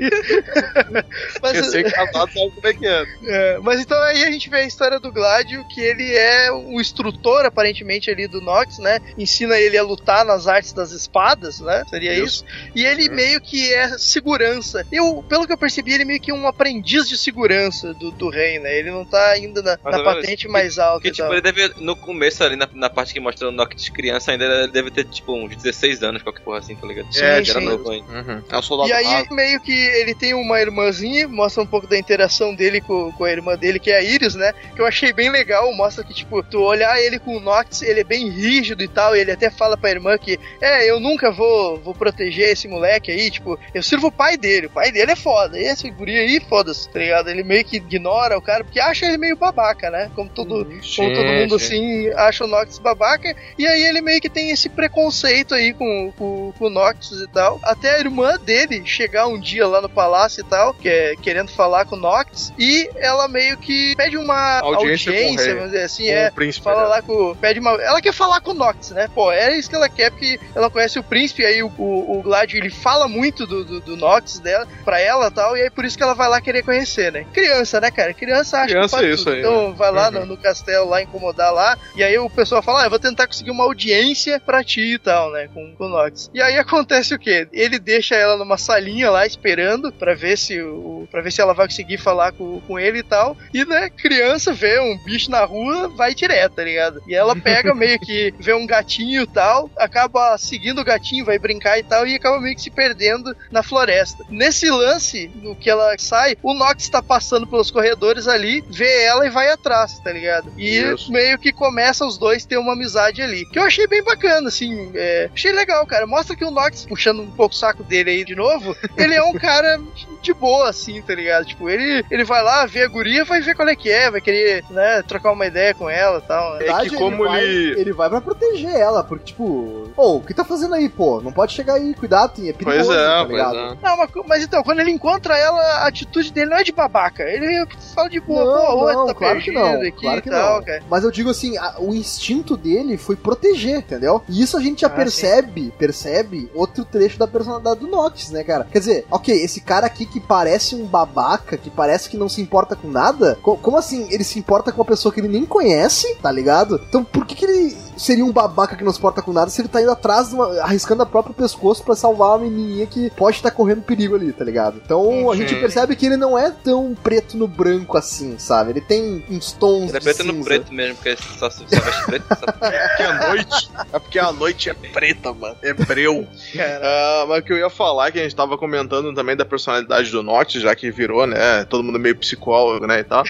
Mas, Recém-casado sabe como é que é. é, mas então aí a gente vê a história do Gladio, que ele é o instrutor, aparentemente, ali do Nox, né? Ensina ele a lutar nas artes das espadas, né? Seria isso. Isso. E ele Uhum. meio que é segurança. Eu, pelo que eu percebi, ele meio que é um aprendiz de segurança do, do rei, né? Ele não tá ainda na, Mais na ou menos. patente mais alta. Porque, e tipo, tal. ele deve, no começo ali, na, na parte que mostra o Noct de criança, ainda ele deve ter, tipo, uns dezesseis anos, qualquer porra assim, tá ligado? Sim, Era sim. novo ainda. Uhum. É um soldado E aí, raso. meio que ele tem uma irmãzinha, mostra um pouco da interação dele com, com a irmã dele, que é a Iris, né? Que eu achei bem legal. Mostra que, tipo, tu olhar ele com o Nox, ele é bem rígido e tal. E ele até fala pra irmã que, é, eu nunca vou, vou proteger esse moleque aí. Tipo, eu sirvo o pai dele. O pai dele é foda. E esse guri aí, foda-se, tá ligado? Ele meio que ignora o cara, porque acha ele meio babaca, né? Como todo, como Sim, todo mundo, sim. assim, acha o Nox babaca. E aí ele meio que tem esse preconceito aí com, com, com o Nox e tal. Até a irmã dele chegar um dia lá no palácio e tal, que é, querendo falar com o Nox, e ela meio que pede uma Audiência audiência, com o rei. vamos dizer assim, Com é. o príncipe, Fala né? lá com. Pede uma. Ela quer falar com o Nox, né? Pô, é isso que ela quer, porque ela conhece o príncipe, aí o, o, o Gladio, ele fala muito do, do, do Nox dela, pra ela e tal, e aí por isso que ela vai lá querer conhecer, né? Criança, né, cara? Criança acha Criança que é faz isso tudo. aí, Então né? vai lá Uhum. no, no castelo lá, incomodar lá, e aí o pessoal fala, ah, eu vou tentar conseguir uma audiência pra ti e tal, né? Com, com o Nox. E aí acontece o quê? Ele deixa ela numa salinha lá, esperando, pra ver se o. Pra ver se ela vai conseguir falar com, com ele e tal. E, né, criança vê um bicho na rua, vai direto, tá ligado? E ela pega meio que vê um gatinho e tal, acaba seguindo o gatinho, vai brincar e tal, e acaba meio que se perdendo na floresta. Nesse lance, no que ela sai, o Nox tá passando pelos corredores ali, vê ela e vai atrás, tá ligado? E Isso. meio que começa os dois ter uma amizade ali. Que eu achei bem bacana, assim. É, achei legal, cara. Mostra que o Nox, puxando um pouco o saco dele aí de novo, ele é um cara de boa, assim, tá ligado? Tipo, ele, ele vai lá, vê a guria, vai ver qual é que é, vai querer, né, trocar uma ideia com ela e tal. Né? É que como ele... ele- Vai, ele vai pra proteger ela, porque, tipo... Ô, o que tá fazendo aí, pô? Não pode chegar aí, cuidado, tem- é perigoso, Pois é, tá pois ligado? é. Não, mas, mas então, quando ele encontra ela, a atitude dele não é de babaca. Ele fala de boa, Não, pô, oi, não, tá claro que perdido não, aqui claro e que tal, não. cara. Mas eu digo assim, a- o instinto dele foi proteger, entendeu? E isso a gente já Ah, percebe, percebe outro trecho da personalidade do Nox, né, cara? Quer dizer, ok, esse cara aqui que parece um babaca, que parece que não se importa com nada, co- como assim ele se importa com uma pessoa que ele nem conhece, tá ligado? Então por que que ele seria um babaca que não se importa com nada se ele tá indo atrás, de uma, arriscando o próprio pescoço pra salvar uma menininha que pode estar correndo perigo ali, tá ligado? Então a gente Sim. percebe que ele não é tão preto no branco assim, sabe? Ele tem uns tons Ele é de preto no cinza. preto mesmo, porque só, só veste preto. Só... Porque a noite. É porque a noite é preta, mano. É breu. Cara. Ah, mas o que eu ia falar, que a gente tava comentando também da personalidade do Nox, já que virou, né? Todo mundo meio psicólogo, né? E tal.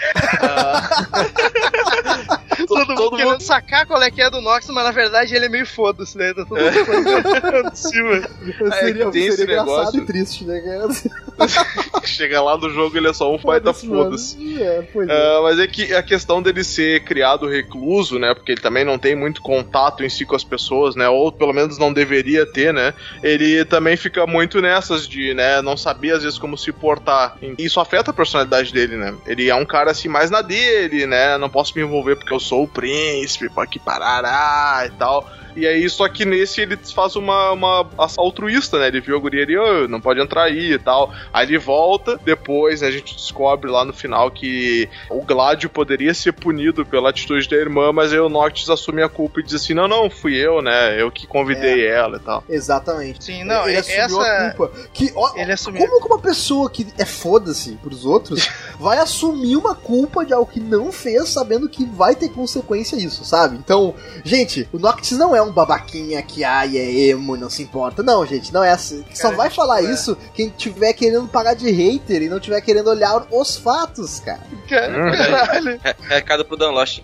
Todo, mundo todo querendo mundo- sacar qual é que é do Nox, mas na verdade ele é meio foda-se, né? Tá todo mundo de cima. É, Seria, que tem esse seria engraçado negócio. e triste, né, cara? Chega lá no jogo, ele é só um baita foda-se. mano. É, pois é. Ah, mas é que a questão dele ser criado recluso, né? Porque ele também não tem muito contato em si com as pessoas, né? Ou pelo menos não deveria ter, né? Ele também fica muito nessas de, né? Não saber às vezes como se portar. E isso afeta a personalidade dele, né? Ele é um cara assim mais na dele, né? Não posso me envolver porque eu sou o príncipe, pra que parará e tal. E aí, só que nesse ele faz uma, uma ação altruísta, né? Ele viu a guria ali, oh, não pode entrar aí e tal. Aí ele volta, depois, né, a gente descobre lá no final que o Gladio poderia ser punido pela atitude da irmã, mas aí o Noctis assume a culpa e diz assim, não, não, fui eu, né? Eu que convidei é. ela e tal. Exatamente. Sim, não, ele essa... assumiu a culpa. Que, ó, ele assumiu. Como que uma pessoa que é foda-se pros outros vai assumir uma culpa de algo que não fez, sabendo que vai ter consequência isso, sabe? Então, gente, o Noctis não é um babaquinha que, ai, é emo, não se importa. Não, gente, não é assim. Só cara, vai falar é. isso quem tiver querendo pagar de hater e não tiver querendo olhar os fatos, cara. Caralho. É, recado pro Dan Lost.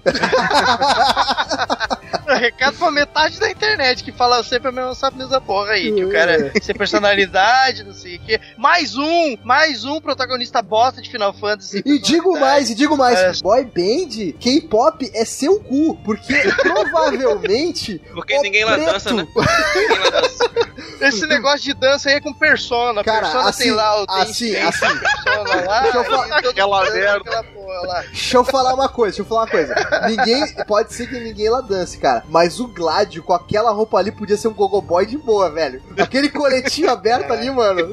Recado pra metade da internet que fala sempre a mesma, mesma porra aí. Que o cara é sem personalidade, não sei o quê. Mais um, mais um protagonista bosta de Final Fantasy. E digo mais, e digo mais. É. Boy band, K-pop é seu cu. Porque provavelmente. Porque ninguém lá preto... dança, né? Ninguém lá dança. Esse negócio de dança aí é com Persona. Cara, Persona assim, tem lá o assim, tem assim. Persona lá. Deixa eu falar aquela merda. Aquela porra lá. Deixa eu falar uma coisa, deixa eu falar uma coisa. Ninguém, pode ser que ninguém lá dance, cara. Mas o Gladio com aquela roupa ali podia ser um gogoboy de boa, velho. Aquele coletinho aberto ali, mano.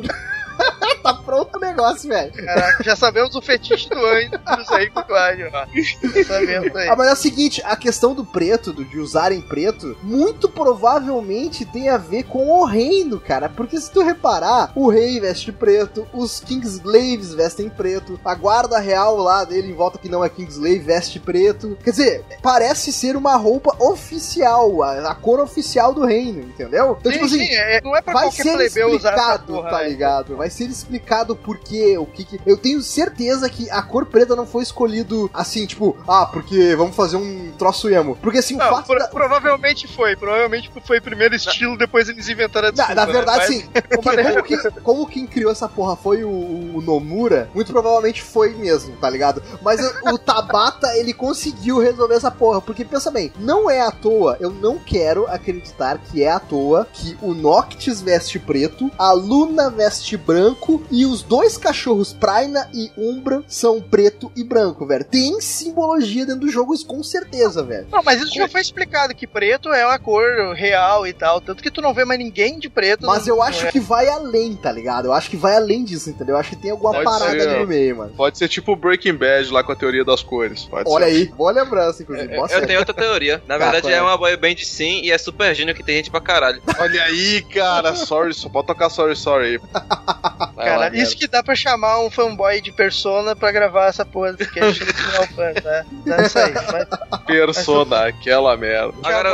Tá pronto o negócio, velho. Caraca, já sabemos o fetiche do Andrews aí com o Gladio. Já sabemos aí. Ah, mas é o seguinte, a questão do preto, do, de usarem preto, muito provavelmente tem a ver com o reino, cara. Porque se tu reparar, o rei veste preto, os Kingslaves vestem preto, a guarda real lá dele em volta que não é Kingslave veste preto. Quer dizer, parece ser uma roupa oficial, a, a cor oficial do reino, entendeu? Então, sim, tipo assim, sim, é, não é pra vai qualquer ser plebeu usar essa explicado, porra, tá né? ligado? Vai ser explicado por quê, o que, que eu tenho certeza que a cor preta não foi escolhido assim, tipo, ah, porque vamos fazer um troço emo. Porque assim, não, o fato pro, da... provavelmente foi, provavelmente foi o primeiro estilo, não. Depois eles inventaram a desculpa, Na, na verdade, né? sim, como, que, como quem criou essa porra foi o, o Nomura, muito provavelmente foi mesmo, tá ligado? Mas o, o Tabata, ele conseguiu resolver essa porra, porque pensa bem, não é à toa, eu não quero acreditar que é à toa que o Noctis veste preto, a Luna veste branco e os dois cachorros Praina e Umbra são preto e branco, velho. Tem simbologia dentro do jogo, isso com certeza, velho. Não, mas isso já foi explicado, que preto é uma cor real e tal, tanto que tu não vê mais ninguém de preto. Mas não, eu acho é. que vai além, tá ligado? Eu acho que vai além disso, entendeu? Eu acho que tem alguma Pode parada ser, ali no meio, mano. Pode ser tipo Breaking Bad lá com a teoria das cores. Pode Olha ser. aí, boa lembrança, inclusive. Eu, eu tenho outra teoria. Na verdade, tá, é uma boy band sim e é super gênio que tem gente pra caralho. Olha aí, cara. Sorry, só pode tocar Sorry, Sorry aí. Cara, lá, isso que dá pra chamar um fanboy de Persona pra gravar essa porra do cast do Final Fantasy, né? Dá isso aí. Mas... Persona, mas... aquela merda. Agora,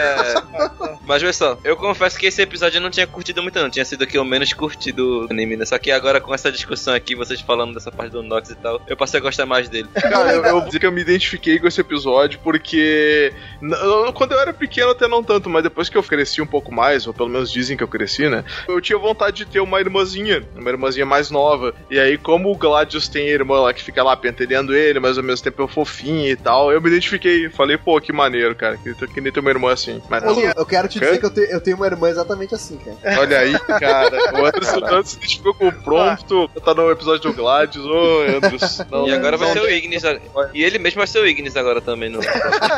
é... Mas olha só, eu confesso que esse episódio eu não tinha curtido muito não, tinha sido aqui o menos curtido do anime, né? Só que agora com essa discussão aqui, vocês falando dessa parte do Nox e tal, eu passei a gostar mais dele. Cara, eu, eu vou dizer que eu me identifiquei com esse episódio porque n- quando eu era pequeno até não tanto, mas depois que eu cresci um pouco mais, ou pelo menos dizem que eu cresci, né? Eu tinha vontade de ter uma irmãzinha, uma irmãzinha mais nova. E aí, como o Gladius tem a irmã lá que fica lá pentelhando ele, mas ao mesmo tempo é fofinha e tal, eu me identifiquei. Falei, pô, que maneiro, cara, que, que nem ter uma irmã assim. Mas Ô, Lu, eu quero te dizer que eu, te, eu tenho uma irmã exatamente assim, cara. Olha aí, cara. O Andrews tanto se identificou com o Prompto, tá no episódio do Gladius. Ô, Andrews. Não, e agora vai não, ser o Ignis. E ele mesmo vai ser o Ignis agora também. No...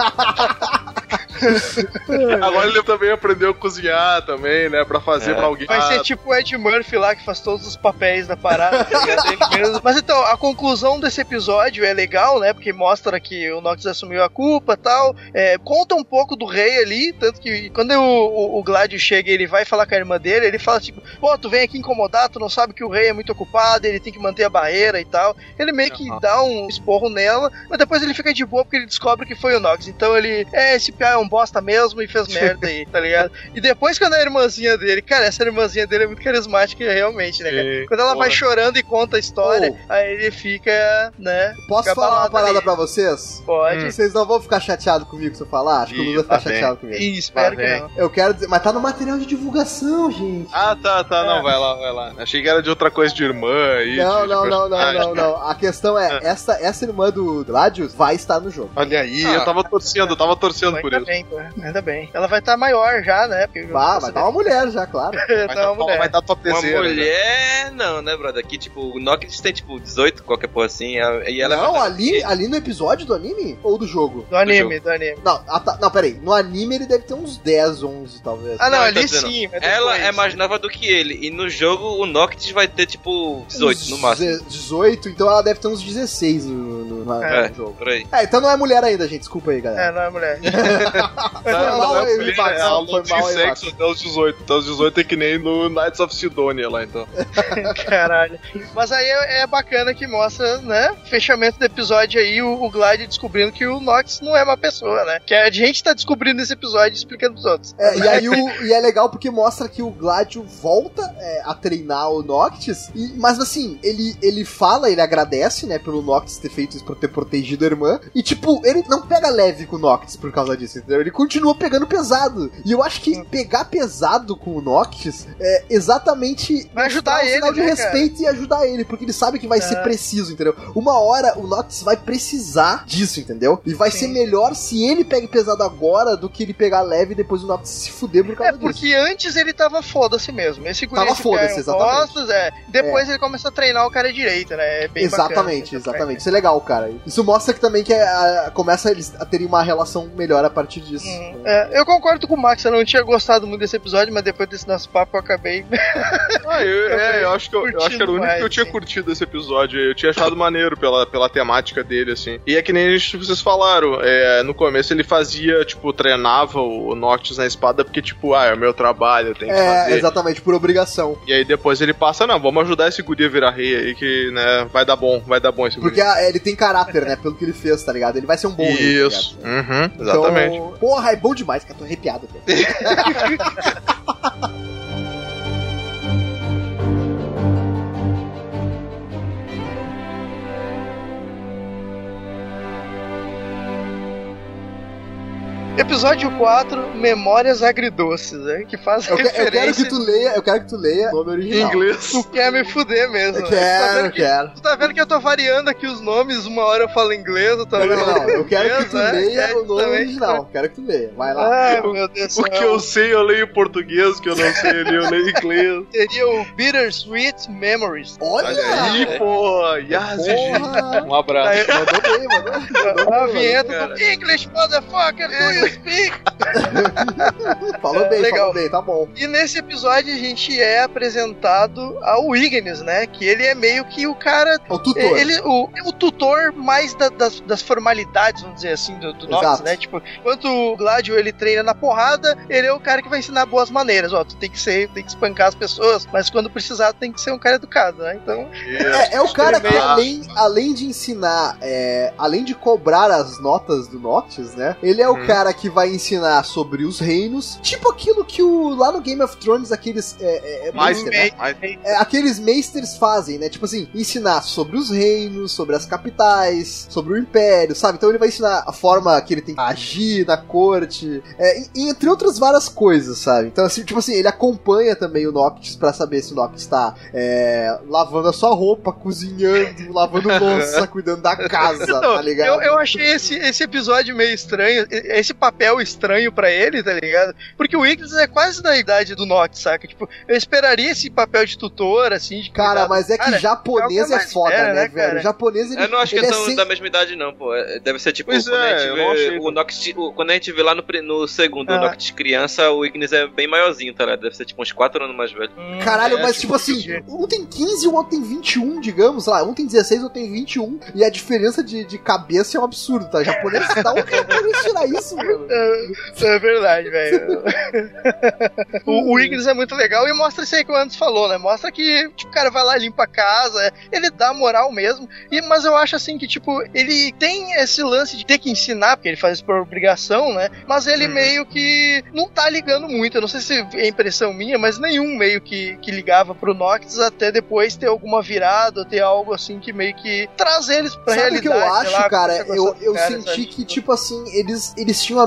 Agora ele também aprendeu a cozinhar também, né? Pra fazer é. pra alguém. Vai ser tipo o Ed Murphy lá, que faz todos os papéis da parada. Tá Mas então, a conclusão desse episódio é legal, né? Porque mostra que o Noctis assumiu a culpa e tal. É, conta um pouco do rei ali, tanto que quando o, o, o Gladio chega e ele vai falar com a irmã dele, ele fala tipo, pô, tu vem aqui incomodar, tu não sabe que o rei é muito ocupado, ele tem que manter a barreira e tal. Ele meio que uhum. dá um esporro nela, mas depois ele fica de boa porque ele descobre que foi o Noctis. Então ele, é, esse piá é um bosta mesmo e fez merda aí, tá ligado? E depois quando a irmãzinha dele, cara, essa irmãzinha dele é muito carismática realmente, né, cara? Quando ela Porra. vai chorando e conta a história, oh. aí ele fica, né? Posso fica falar uma parada ali. pra vocês? Pode. Hum. Vocês não vão ficar chateados comigo se eu falar? Acho que o Lu vai ficar chateado comigo. Ih, espero que não. Eu quero dizer, mas tá no material de divulgação, gente. Ah, tá, tá, é. não, vai lá, vai lá. Achei que era de outra coisa de irmã aí. Não, de, não, de não, não, não, não. A questão é, é. Essa, essa irmã do Gladius vai estar no jogo. Olha aí, ah. eu tava torcendo, eu tava torcendo Ainda por ainda isso. Bem, pô. Ainda bem. Ela vai estar maior já, né? Vai, vai estar uma mulher já, claro. Vai estar tá, vai tá top Uma mulher, não. não, né, brother? Aqui, tipo, o Noctis tem, tipo, dezoito, qualquer porra assim, e ela Não, é ali, ali no episódio do anime? Ou do jogo? Do anime, do, do anime. Não, ah, tá, não, peraí. No anime ele deve ter uns dez, onze, talvez. Ah, não, Não, ali dizendo, sim. Mas ela depois... é mais nova do que ele, e no jogo o Noctis vai ter, tipo, dezoito Uns no máximo. dezoito, então ela deve ter uns dezesseis no, no, no, É, no jogo. por aí. É, então não é mulher ainda, gente. Desculpa aí, galera. É, não é mulher. Foi Não, mal não é aí, mulher, Max, é a foi luta de mal aí, sexo Max. até os dezoito. Até os dezoito é que nem no Knights of Sidonia lá, então. Caralho. Mas aí é, é bacana que mostra, né, fechamento do episódio aí, o, o Glide descobrindo que o Nox não é uma pessoa, né? Que a gente tá descobrindo nesse episódio e explicando pros outros. É, e aí o, e é legal porque mostra que o Gladio volta é, a treinar o Noctis, e, mas assim, ele, ele fala, ele agradece, né, pelo Noctis ter feito isso pra ter protegido a irmã, e tipo, ele não pega leve com o Noctis por causa disso, entendeu? Ele continua pegando pesado. E eu acho que pegar pesado com o Noctis é exatamente vai ajudar um ele, sinal de né, respeito cara? E ajudar ele, porque ele sabe que vai é. ser preciso, entendeu? Uma hora o Noctis vai precisar disso, entendeu? E vai Sim. ser melhor se ele pegue pesado agora do que ele pegar leve e depois o Noctis se fuder por causa disso. É, porque disso. antes ele tava foda-se mesmo. Esse tava foda-se, exatamente. Costas, é. Depois é. ele começa a treinar o cara direito, né? É bem exatamente, bacana, exatamente. Isso é legal, cara. Isso mostra que também que a, a, começa eles a terem uma relação melhor a partir disso. Hum, é, eu concordo com o Max, eu não tinha gostado muito desse episódio, mas depois desse nosso papo eu acabei. Ah, eu, eu, é, eu, acho que eu, eu acho que era o único mais, que eu tinha sim. curtido esse episódio. Eu tinha achado maneiro pela, pela temática dele, assim. E é que nem vocês falaram, é, no começo ele fazia, tipo, treinava o Noctis na espada porque, tipo, ah, é o meu trabalho, eu tenho que é, fazer. Exatamente, por obrigação. E aí depois ele passa, não, vamos ajudar esse guri a virar rei aí, que, né, vai dar bom, vai dar bom esse guri. Porque a, ele tem caráter, né, pelo que ele fez, tá ligado? Ele vai ser um bom rei. Isso, tá uhum, exatamente. Então, porra, é bom demais, cara, tô arrepiado. Episódio quatro, Memórias Agridoces, né? Que faz eu referência... Eu quero que tu leia, eu quero que tu leia o nome original. Em inglês. Tu quer me fuder mesmo. Eu quero, né? eu quero. Tu tá vendo que eu tô variando aqui os nomes, uma hora eu falo inglês, outra hora eu falo Não, eu quero inglês, que tu né? leia é, o nome também, original. né? Quero que tu leia, vai lá. Ah, meu Deus o, o que eu sei eu leio em português, o que eu não sei eu leio, eu leio em inglês. Seria o Bittersweet Memories. Olha, Olha aí, é. porra. Yes, porra. Um abraço. Aí, mandou bem, mandou, mandou a bem, vinheta mandou do English, motherfucker, do you speak? Falou bem, legal. falou bem, tá bom. E nesse episódio a gente é apresentado ao Ignis, né? Que ele é meio que o cara... O tutor. Ele, o, o tutor mais da, das, das formalidades, vamos dizer assim, do, do Noctis, né? Tipo, enquanto o Gladio ele treina na porrada, ele é o cara que vai ensinar boas maneiras. Ó, tu tem que ser, tem que espancar as pessoas, mas quando precisar tem que ser um cara educado, né? Então... É, é o cara que além, além de ensinar, é, além de cobrar as notas do Noctis, né? Ele é o hum. cara que vai ensinar sobre os reinos, tipo aquilo que o lá no Game of Thrones aqueles é, é, Meister, né? é, aqueles meisters fazem, né? Tipo assim, ensinar sobre os reinos, sobre as capitais, sobre o império, sabe? Então ele vai ensinar a forma que ele tem que agir na corte, é, e, entre outras várias coisas, sabe? Então assim, tipo assim, ele acompanha também o Noctis pra saber se o Noctis tá é, lavando a sua roupa, cozinhando, lavando louça, cuidando da casa, Não, tá ligado? Eu, eu achei esse, esse episódio meio estranho, esse papel estranho pra ele, tá ligado? Porque o Ignis é quase da idade do Noctis, saca? Tipo, eu esperaria esse papel de tutor, assim, de cara, cuidado. mas é que cara, japonês é, é foda, velho, né, velho? Cara? O japonês, ele... Eu não acho que eles são é sem... da mesma idade, não, pô. Deve ser tipo, pois quando é, a gente vê o Noctis, o, quando a gente vê lá no, no segundo, ah. o Noctis criança, o Ignis é bem maiorzinho, tá ligado? Deve ser tipo uns quatro anos mais velho. Hum, Caralho, é, mas tipo assim, um tem quinze e o outro tem vinte e um, digamos, sei lá, um tem dezesseis, o outro tem vinte e um, e a diferença de, de cabeça é um absurdo, tá? O japonês dá um japonês tirar isso, mano. É, é verdade, velho. o, o Ignis é muito legal e mostra isso aí que o Anderson falou, né? Mostra que tipo, o cara vai lá, limpa a casa, ele dá moral mesmo, e, mas eu acho assim que, tipo, ele tem esse lance de ter que ensinar, porque ele faz isso por obrigação, né? Mas ele hum. meio que não tá ligando muito, eu não sei se é impressão minha, mas nenhum meio que, que ligava pro Noctis até depois ter alguma virada, ter algo assim que meio que traz eles pra Sabe realidade. Sabe o que eu acho, lá, cara? Eu, eu cara, senti sabe? que, tipo assim, eles, eles tinham a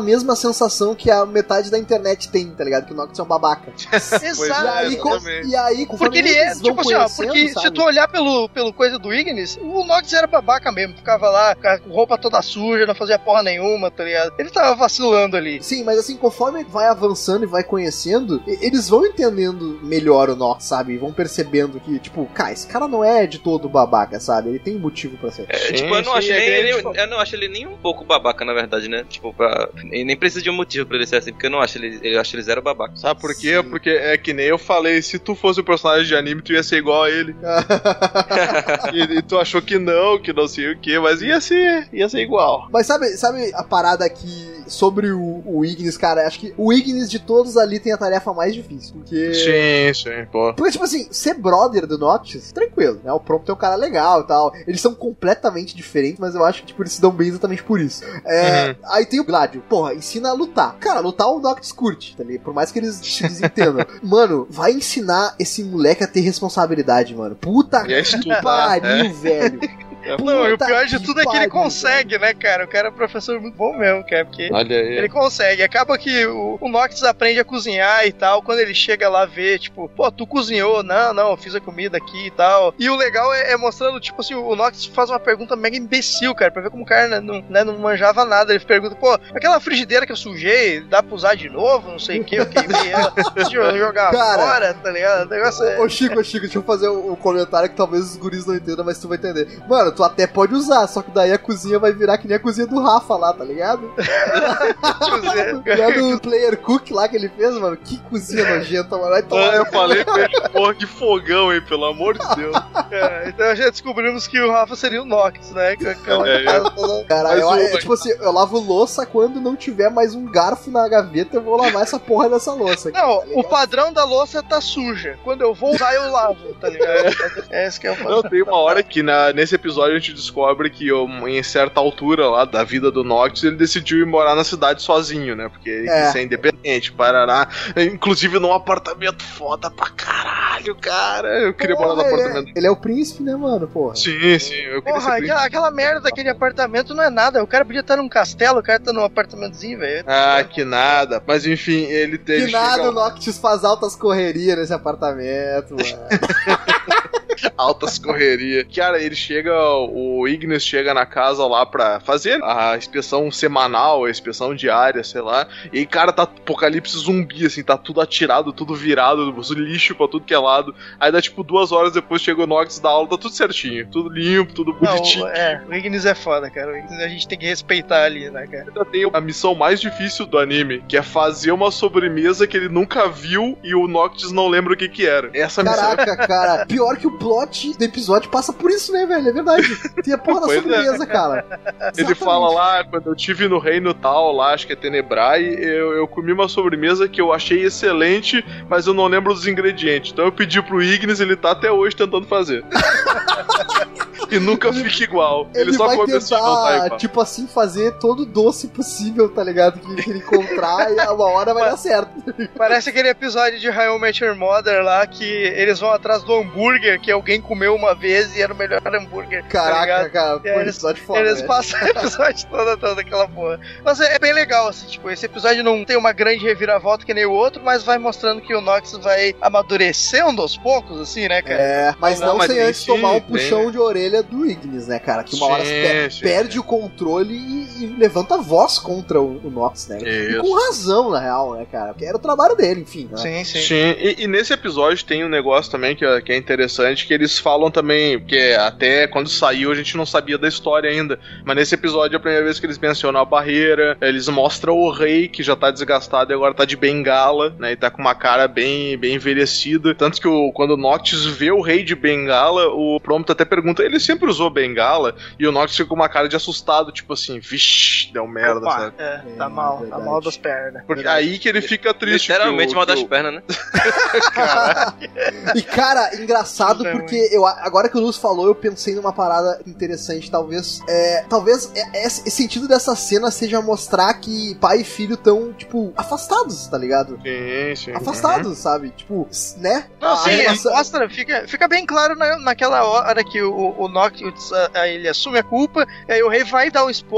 mesma sensação que a metade da internet tem, tá ligado? Que o Noctis é um babaca. Exato. E aí, com, e aí porque ele é, tipo assim, ó, porque sabe? Se tu olhar pelo, pelo coisa do Ignis, o Noctis era babaca mesmo, ficava lá com roupa toda suja, não fazia porra nenhuma, tá ligado? Ele tava vacilando ali. Sim, mas assim, conforme vai avançando e vai conhecendo, eles vão entendendo melhor o Noctis, sabe? E vão percebendo que, tipo, cara, esse cara não é de todo babaca, sabe? Ele tem motivo pra ser. É, sim, tipo, eu não, sim, acho nem, ele, eu não acho ele nem um pouco babaca, na verdade, né? Tipo, pra, nem precisa de um motivo pra ele ser assim, porque eu não acho ele, eu acho ele zero babaca. Sabe por quê? Sim. Porque é que nem eu falei, se tu fosse um personagem de anime, tu ia ser igual a ele. e, e tu achou que não, que não sei o que, mas ia ser, ia ser igual. Mas sabe, sabe a parada aqui sobre o, o Ignis, cara? Acho que o Ignis de todos ali tem a tarefa mais difícil, porque... Sim, sim, pô. Porque, tipo assim, ser brother do Noctis, tranquilo, né? O Prompto é um cara legal e tal. Eles são completamente diferentes, mas eu acho que, tipo, eles se dão bem exatamente por isso. É, uhum. Aí tem o Gladio. Porra, ensina a lutar. Cara, lutar o Noctis curte, tá ligado? Por mais que eles se desentendam. Mano, vai ensinar esse moleque a ter responsabilidade, mano. Puta que pariu, é. velho. Não, e o pior de tudo é que ele consegue, né, cara? O cara é um professor muito bom mesmo, cara, porque ele consegue. Acaba que o, o Noctis aprende a cozinhar e tal, quando ele chega lá ver, tipo, pô, tu cozinhou? Não, não, eu fiz a comida aqui e tal. E o legal é, é mostrando, tipo assim, o Noctis faz uma pergunta mega imbecil, cara, pra ver como o cara né, não, né, não manjava nada. Ele pergunta, pô, aquela frigideira que eu sujei, dá pra usar de novo? Não sei o que, eu queimei ela. Deixa eu jogar cara, fora, tá ligado? O negócio é... Ô, Chico, ô, Chico, deixa eu fazer um, um comentário que talvez os guris não entendam, mas tu vai entender. Mano, tu até pode usar, só que daí a cozinha vai virar que nem a cozinha do Rafa lá, tá ligado? É do Player Cook lá que ele fez, mano. Que cozinha nojenta, mano. Vai tomar. Ah, eu falei pra ele, porra, que fogão, hein, pelo amor de Deus. É, então já descobrimos que o Rafa seria o Noctis, né? É, é. Cara, eu, eu, tipo assim, eu lavo louça quando não tiver mais um garfo na gaveta, eu vou lavar essa porra dessa louça aqui, não, tá o padrão da louça tá suja. Quando eu vou usar, eu lavo, tá ligado? É esse que é o padrão. Não, tem uma hora que na, nesse episódio a gente descobre que em certa altura lá da vida do Noctis, ele decidiu ir morar na cidade sozinho, né? Porque ele é. quis ser independente, Paraná. Inclusive num apartamento foda pra caralho, cara. Eu queria porra, morar no apartamento. É, ele é o príncipe, né, mano? Porra. Sim, sim. Eu queria porra, aquela, aquela merda daquele apartamento não é nada. O cara podia estar num castelo, o cara tá num apartamentozinho, velho. Ah, que nada. Mas enfim, ele teve. Que nada, o Noctis faz altas correrias nesse apartamento, mano. Altas correrias. Cara, ele chega, o Ignis chega na casa lá pra fazer a inspeção semanal, a inspeção diária, sei lá. E aí, cara, tá apocalipse zumbi, assim, tá tudo atirado, tudo virado, lixo pra tudo que é lado. Aí dá tipo duas horas depois chega o Noctis da aula, tá tudo certinho, tudo limpo, tudo bonitinho. Não, é, o Ignis é foda, cara. O Ignis a gente tem que respeitar ali, né, cara? Ainda tem a missão mais difícil do anime, que é fazer uma sobremesa que ele nunca viu e o Noctis não lembra o que que era. Essa Caraca, missão... cara, pior que o plot do episódio passa por isso, né, velho? É verdade. Tem a porra da pois sobremesa, é. cara. Ele Exatamente. Fala lá, quando eu tive no reino tal, lá, acho que é Tenebrai, eu, eu comi uma sobremesa que eu achei excelente, mas eu não lembro dos ingredientes. Então eu pedi pro Ignis, ele tá até hoje tentando fazer. E nunca fica igual. Ele, ele só vai come tentar, assim, tipo assim, fazer todo o doce possível, tá ligado? Que, que ele encontrar e uma hora vai dar certo. Parece aquele episódio de How I Met Your Mother lá, que eles vão atrás do hambúrguer que alguém comeu uma vez e era o melhor hambúrguer. Caraca, tá cara, pô, eles, episódio foda, Eles né? passam o episódio todo, toda aquela porra. Mas é, é bem legal, assim, tipo, esse episódio não tem uma grande reviravolta que nem o outro, mas vai mostrando que o Noctis vai amadurecendo aos poucos, assim, né, cara? É, mas não, não mas sem antes sim, tomar um puxão bem... de orelha do Ignis, né, cara? Que uma sim, hora per- sim, perde sim. o controle e, e levanta a voz contra o, o Noctis, né? Isso. E com razão, na real, né, cara? Porque era o trabalho dele, enfim. Né? Sim, sim. Sim, e, e nesse episódio tem um negócio também que é, que é interessante, que eles falam também, porque até quando saiu a gente não sabia da história ainda, mas nesse episódio é a primeira vez que eles mencionam a barreira, eles mostram o rei que já tá desgastado e agora tá de bengala, né, e tá com uma cara bem, bem envelhecida, tanto que o, quando o Noctis vê o rei de bengala, o Prompto até pergunta, ele sempre usou bengala? E o Noctis fica com uma cara de assustado, tipo assim, vixi, deu merda, Opa, sabe? É, tá mal, verdade. tá mal das pernas. Porque aí que ele fica triste. Literalmente o, mal das o... pernas, né? E cara, engraçado porque eu, agora que o Luz falou, eu pensei numa parada interessante, talvez é, talvez esse sentido dessa cena seja mostrar que pai e filho estão, tipo, afastados, tá ligado? Sim, sim. Afastados, Uhum. sabe? Tipo, né? Não, sim, relação... mostra, fica, fica bem claro na, naquela hora que o, o Noctis, ele assume a culpa, e aí o rei vai dar um esporro,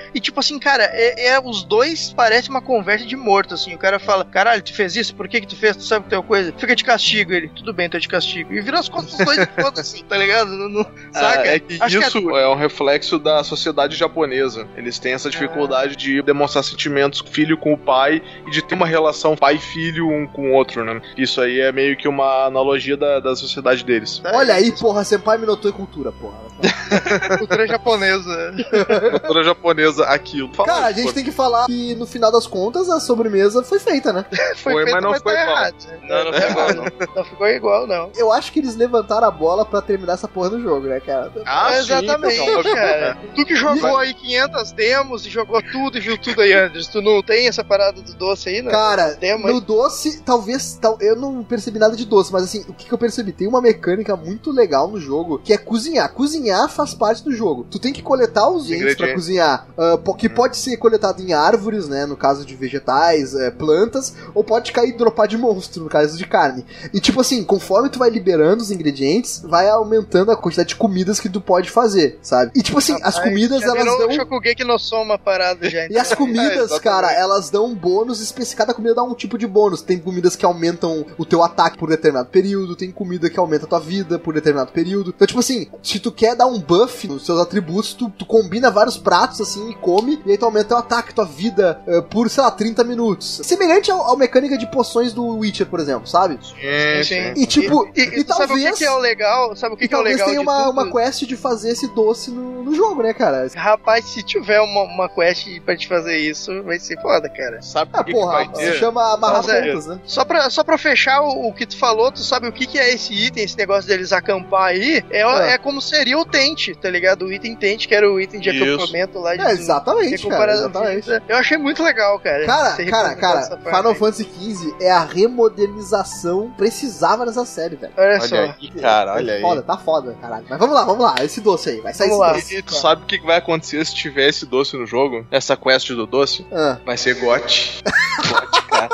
E tipo assim, cara, é, é os dois parece uma conversa de morto, assim. O cara fala, caralho, tu fez isso? Por que que tu fez? Tu sabe que tem uma coisa? Fica de castigo. Ele, tudo bem, tô de castigo. E vira as costas dos dois e foda assim, tá ligado? Não, não, saca? Ah, é que Acho isso que é... é um reflexo da sociedade japonesa. Eles têm essa dificuldade ah. de demonstrar sentimentos filho com o pai e de ter uma relação pai-filho um com o outro, né? Isso aí é meio que uma analogia da, da sociedade deles. Olha aí, porra, Senpai Minotauro e cultura, porra. Cultura japonesa. Cultura japonesa, aquilo. Fala, cara, a gente pô. tem que falar que no final das contas a sobremesa foi feita, né? Foi, foi feita, mas não mas foi tá errado. Não, não foi igual, não. Não ficou igual, não. Eu acho que eles levantaram a bola pra terminar essa porra do jogo, né, cara? Ah, exatamente, sim, cara. Tu que jogou aí quinhentas demos e jogou tudo e viu tudo aí, Anderson. Tu não tem essa parada do doce aí, né? Cara, no aí? doce, talvez... Tal, eu não percebi nada de doce, mas assim, o que, que eu percebi? Tem uma mecânica muito legal no jogo, que é cozinhar. Cozinhar faz parte do jogo. Tu tem que coletar os itens pra cozinhar, uh, que pode ser coletado em árvores, né, no caso de vegetais, uh, plantas, ou pode cair e dropar de monstro, no caso de carne. E tipo assim, conforme tu vai liberando os ingredientes, vai aumentando a quantidade de comidas que tu pode fazer, sabe? E tipo assim, Rapaz, as comidas elas dão... o Shokugeki no Soma parada já. E as comidas, é, cara, elas dão um bônus específico. Cada comida dá um tipo de bônus. Tem comidas que aumentam o teu ataque por determinado período, tem comida que aumenta a tua vida por determinado período. Então, tipo assim, se tu quer dar um buff nos seus atributos, tu, tu combina vários pratos, assim, e come, e aí tu aumenta teu ataque, tua vida, uh, por, sei lá, trinta minutos. Semelhante ao, ao mecânica de poções do Witcher, por exemplo, sabe? Sim, sim. E, tipo, e, e, e, e talvez... Sabe o que, que é o legal? Sabe o que, que é o legal tem de uma, tudo? uma quest de fazer esse doce no, no jogo, né, cara? Rapaz, se tiver uma, uma quest pra te fazer isso, vai ser foda, cara. Sabe ah, que porra, que vai se ter? chama amarrar é, pontas, né? Só pra, só pra fechar o, o que tu falou, tu sabe o que, que é esse item, esse negócio deles acampar aí? É, é. é como seria o tente, tá ligado? O item tente, que era o item de isso. acampamento lá. De, é, exatamente, cara, exatamente. Eu achei muito legal, cara. Cara, cara, cara, Final Fantasy quinze é a remodelização que precisava nessa série, velho. Olha, olha só. Aí, cara, olha tá aí. Foda, tá foda, caralho. Mas vamos lá, vamos lá, esse doce aí, vai sair vamos esse lá. doce. E tu sabe o que vai acontecer se tiver esse doce no jogo? Essa quest do doce? Ah. Vai ser gote. Gote, cara.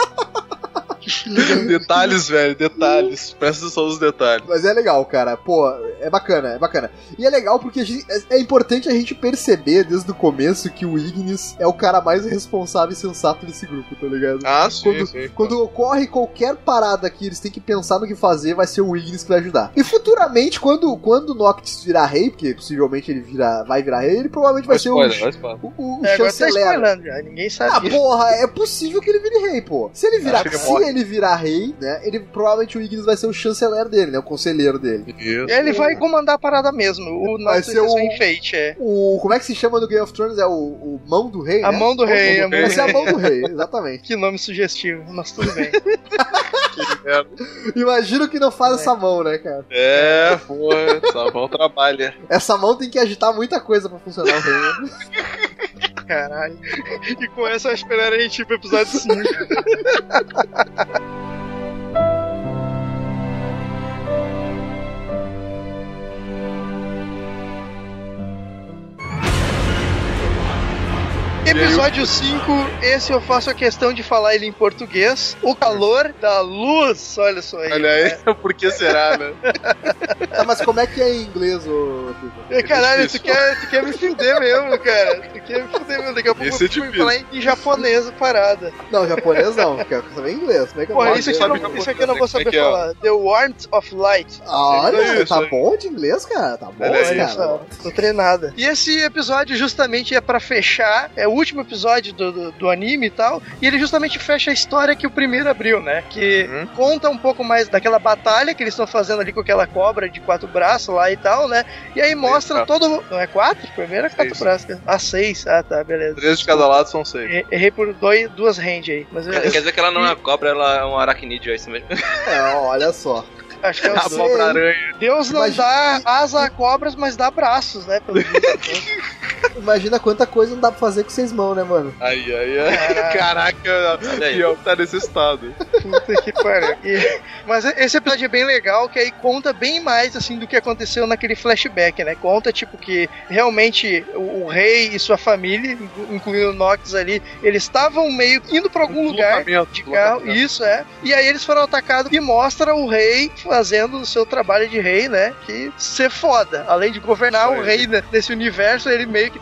Detalhes, velho, detalhes. Presta atenção nos detalhes. Mas é legal, cara. Pô, é bacana, é bacana. E é legal porque a gente, é, é importante a gente perceber desde o começo que o Ignis é o cara mais responsável e sensato desse grupo, tá ligado? Ah, sim, quando, sim. Quando ocorre qualquer parada que eles têm que pensar no que fazer, vai ser o Ignis que vai ajudar. E futuramente, quando, quando o Noctis virar rei, porque possivelmente ele vira, vai virar rei, ele provavelmente vai, vai ser spoiler, o, o, o é, chanceler. Tá já, ninguém sabe. Ah, porra, é possível que ele vire rei, pô. Se ele virar, ele se morre. ele virar rei, né, ele provavelmente o Ignis vai ser o chanceler dele, né, o conselheiro dele. Isso. Ele vai comandar a parada mesmo. O vai nosso ser o enfeite, é. O, como é que se chama no Game of Thrones? É o, o mão do rei, A né? mão do rei. A mão do rei. Vai ser a mão do rei, exatamente. Que nome sugestivo, mas tudo bem. Imagino que não faz é. essa mão, né, cara? É, pô, essa mão trabalha. Essa mão tem que agitar muita coisa pra funcionar o rei, né? Caralho. E com essa eu esperar a gente ir pro episódio cinco. Episódio cinco, esse eu faço a questão de falar ele em português. O calor da luz, olha só aí. Olha aí, né? Por que será, né? Ah, mas como é que é em inglês, ô é, caralho, tu quer, tu quer me fuder mesmo, cara. Tu quer me fuder mesmo. Daqui a pouco eu vou falar em japonês a parada. Não, japonês não, quero saber inglês. Como é que Porra, eu isso aqui, eu não, isso aqui eu não vou saber é falar. The Warmth of Light. Ah, olha, isso, tá hein? bom de inglês, cara. Tá bom, olha cara. Tô treinada. E esse episódio justamente é pra fechar, é o último episódio do, do, do anime e tal, e ele justamente fecha a história que o primeiro abriu, né? Que uhum. conta um pouco mais daquela batalha que eles estão fazendo ali com aquela cobra de quatro braços lá e tal, né? E aí mostra seis, todo... Não é quatro? Primeiro é quatro seis. braços. Ah, seis. Ah, tá, beleza. Três de cada lado são seis. Errei por dois, duas range aí. Mas quer, eu... quer dizer que ela não é uma cobra, ela é um aracnídeo, é isso mesmo? É, olha só. Acho que é o a cobra aranha. Deus não Imagina... dá asa a cobras, mas dá braços, né? Pelo Imagina quanta coisa não dá pra fazer com seis mãos, né, mano? Aí, aí, aí. Caraca, pior tá nesse estado. Puta que pariu. E... Mas esse episódio é bem legal, que aí conta bem mais, assim, do que aconteceu naquele flashback, né? Conta, tipo, que realmente o, o rei e sua família, incluindo o Noctis ali, eles estavam meio indo pra algum um lugar de carro. Isso, é. E aí eles foram atacados e mostra o rei fazendo o seu trabalho de rei, né? Que ser foda. Além de governar o rei nesse universo, ele meio que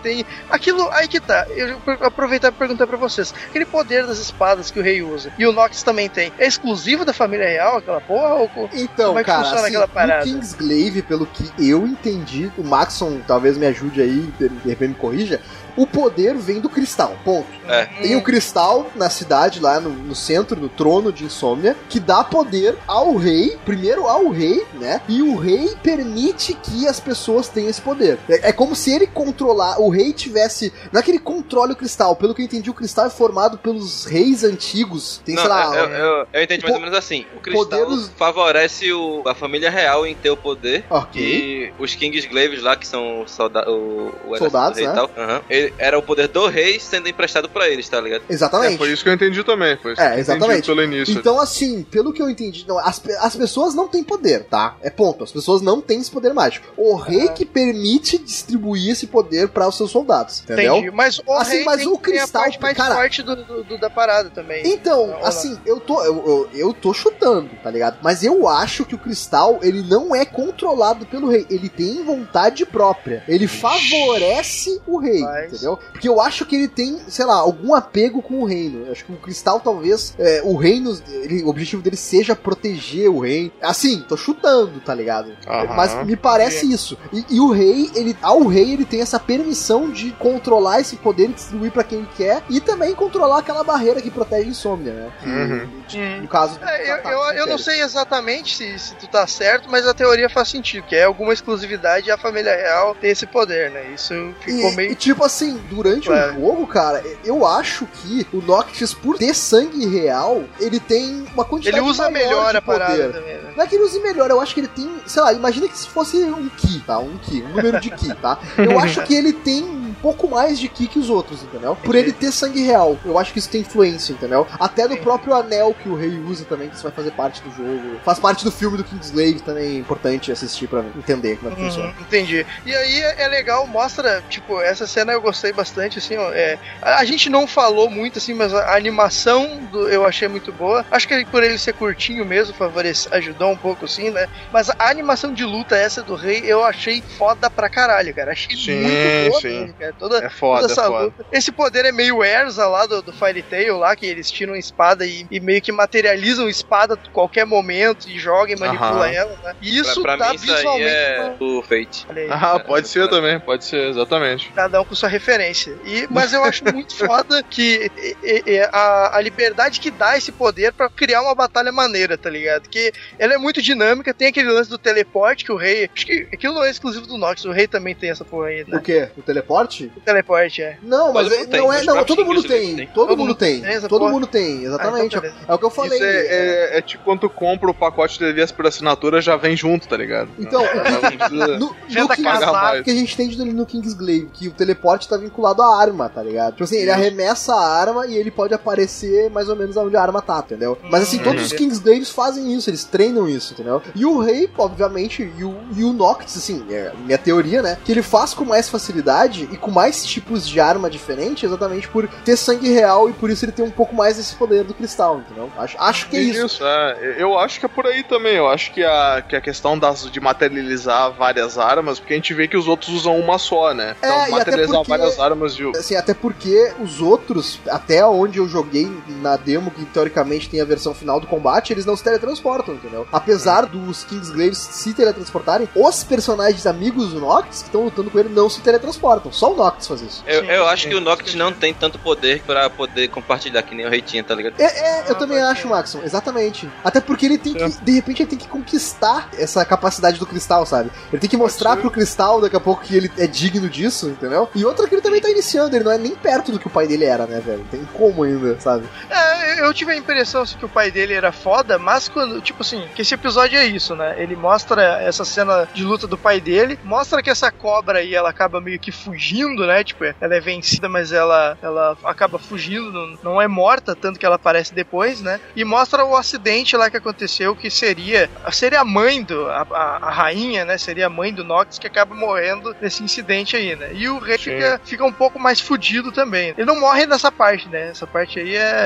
tem aquilo, aí que tá, eu vou aproveitar pra perguntar pra vocês, aquele poder das espadas que o rei usa, e o Nox também tem, é exclusivo da família real, aquela porra? Ou então, como é que cara, funciona assim, aquela parada? no Kingsglaive, pelo que eu entendi, o Maxon talvez me ajude aí, de repente me corrija, o poder vem do cristal, ponto. É. Tem o cristal na cidade, lá no, no centro, no trono de Insônia, que dá poder ao rei, primeiro ao rei, né? E o rei permite que as pessoas tenham esse poder. É, é como se ele controlar, o rei tivesse, não é que ele controle o cristal, pelo que eu entendi, o cristal é formado pelos reis antigos. Tem, não, sei lá... eu, eu, eu entendi mais po- ou menos assim. O cristal poderes- favorece o, a família real em ter o poder. Ok. E os Kingsglaives lá, que são os solda- o, o exército Soldados, do rei né? e tal, uhum, ele, era o poder do rei sendo emprestado pra eles, tá ligado? Exatamente. É, foi isso que eu entendi também. Foi isso É, que eu exatamente. entendi pelo início. Então, assim, pelo que eu entendi, não, as, pe- as pessoas não têm poder, tá? É ponto. As pessoas não têm esse poder mágico. O rei que permite distribuir esse poder para os seus soldados, entendeu? Entendi, mas o Assim, rei mas tem, o tem cristal, a parte mais cara- forte do, do- do- da parada também. Então, Não, assim, eu tô, eu, eu, eu tô chutando, tá ligado? Mas eu acho que o cristal, ele não é controlado pelo rei. Ele tem vontade própria. Ele favorece o rei, Mas- entendeu? Porque eu acho que ele tem, sei lá, algum apego com o reino. Eu acho que o cristal, talvez, é, o reino, ele- o objetivo dele seja proteger o rei. Assim, tô chutando, tá ligado? Aham. Mas me parece isso. E, e o rei, ele, ao rei, ele tem essa permissão de controlar esse poder e distribuir pra quem ele quer e também controlar aquela barreira que protege a insônia, né? Que, Uhum. de- Hum. No caso... É, eu, tá, eu, eu não sério. sei exatamente se, se tu tá certo, mas a teoria faz sentido, que é alguma exclusividade e a família real tem esse poder, né? Isso ficou E, meio... e, tipo assim, durante Claro. o jogo, cara, eu acho que o Noctis, por ter sangue real, ele tem uma quantidade Ele usa maior melhor de a parada poder. também, né? Não é que ele use melhor, eu acho que ele tem, sei lá, imagina que se fosse um Ki, tá? Um Ki, um número de Ki, tá? Eu acho que ele tem um pouco mais de Ki que os outros, entendeu? Por ele ter sangue real. Eu acho que isso tem influência, entendeu? Até no Sim. próprio anel que o rei usa também, que isso vai fazer parte do jogo. Faz parte do filme do Kingsglaive, também é importante assistir pra entender como é que Uhum, funciona. entendi. E aí é, é legal, mostra, tipo, essa cena eu gostei bastante, assim, ó, é, a, a gente não falou muito, assim, mas a, a animação do, eu achei muito boa. Acho que ele, por ele ser curtinho mesmo, favorece, ajudou um pouco, assim, né? Mas a animação de luta, essa do rei, eu achei foda pra caralho, cara. Achei Sim, muito boa sim. mesmo, cara. Toda, É foda, toda essa é foda. luta. Esse poder é meio Erza lá do, do Fairy Tail lá, que eles tiram a espada e, e meio que materializam a espada a qualquer momento e jogam e manipulam Aham. ela, né? E isso pra, pra tá mim isso aí visualmente... é uma- o Fate. Olha aí. Ah, pode ser também, pode ser, exatamente. Cada um com sua referência. E, mas eu acho muito foda que e, e, e, a, a liberdade que dá esse poder pra criar uma batalha maneira, tá ligado? Que ela é muito dinâmica, tem aquele lance do teleporte que o rei. Acho que aquilo não é exclusivo do Nox, o rei também tem essa porra aí, né? O quê? O teleporte? O teleporte, é. Não, mas Todo é- mundo tem, não é, os não, próprios todo mundo Kingsglaive tem, tem. todo, Todo mundo mundo tem, tem essa todo porra? mundo tem, exatamente. Ah, então beleza. É o que eu falei. Isso é, é- é tipo quando tu compra o pacote de T Vs por assinatura, já vem junto, tá ligado? Então, o Não precisa- No, no Já tá Kingsglaive, casado. o que a gente tem no, no Kingsglaive, que o teleporte tá vinculado à arma, tá ligado? Tipo assim, ele arremessa a arma e ele pode aparecer mais ou menos onde a arma tá, entendeu? Mas assim, Uhum. todos os Kingsglaives fazem isso, eles treinam isso, entendeu? E o rei, obviamente, e o, e o Noctis, assim, é minha teoria, né? Que ele faz com mais facilidade e com mais tipos de arma diferente, exatamente por ter sangue real e por isso ele tem um pouco mais desse poder do cristal, entendeu? Acho, acho que é isso. é. Eu acho que é por aí também. Eu acho que a, que a questão das, de materializar várias armas, porque a gente vê que os outros usam uma só, né? É, Então, e até materializar porque- várias armas de. Assim, até porque os outros, até onde eu joguei na demo, que teoricamente tem a versão final do combate, eles não se teletransportam, entendeu? Apesar dos Kingsglaives se teletransportarem, os personagens amigos do Noctis que estão lutando com ele não se teletransportam. Só o Noctis faz isso. Eu, Sim, eu acho sim. que o Noctis não tem tanto poder pra poder compartilhar que nem o rei tinha, tá ligado? É, é, eu Ah, também pode acho, ser. Maxon, exatamente. Até porque ele tem que, de repente, ele tem que conquistar essa capacidade do cristal, sabe? Ele tem que mostrar ser. pro cristal daqui a pouco que ele é digno disso, entendeu? E outra que ele também tá iniciando, ele não é nem perto do que o pai dele era, né, velho? Tem como ainda, sabe? É, eu tive a impressão assim, que o pai dele era foda, mas quando, tipo assim, que esse episódio é isso, né? Ele mostra essa cena de luta do pai dele, mostra que essa cobra aí, ela acaba meio que fugindo, né? Tipo, ela é vencida, mas ela, ela acaba fugindo, não, não é morta, tanto que ela aparece depois, né? E mostra o acidente lá que aconteceu, que seria, seria a mãe do, a, a, a rainha, né? Seria a mãe do Noctis que acaba morrendo nesse incidente aí, né? E o rei fica, fica um pouco mais fudido também. Ele não morre nessa parte, né? Essa parte aí é...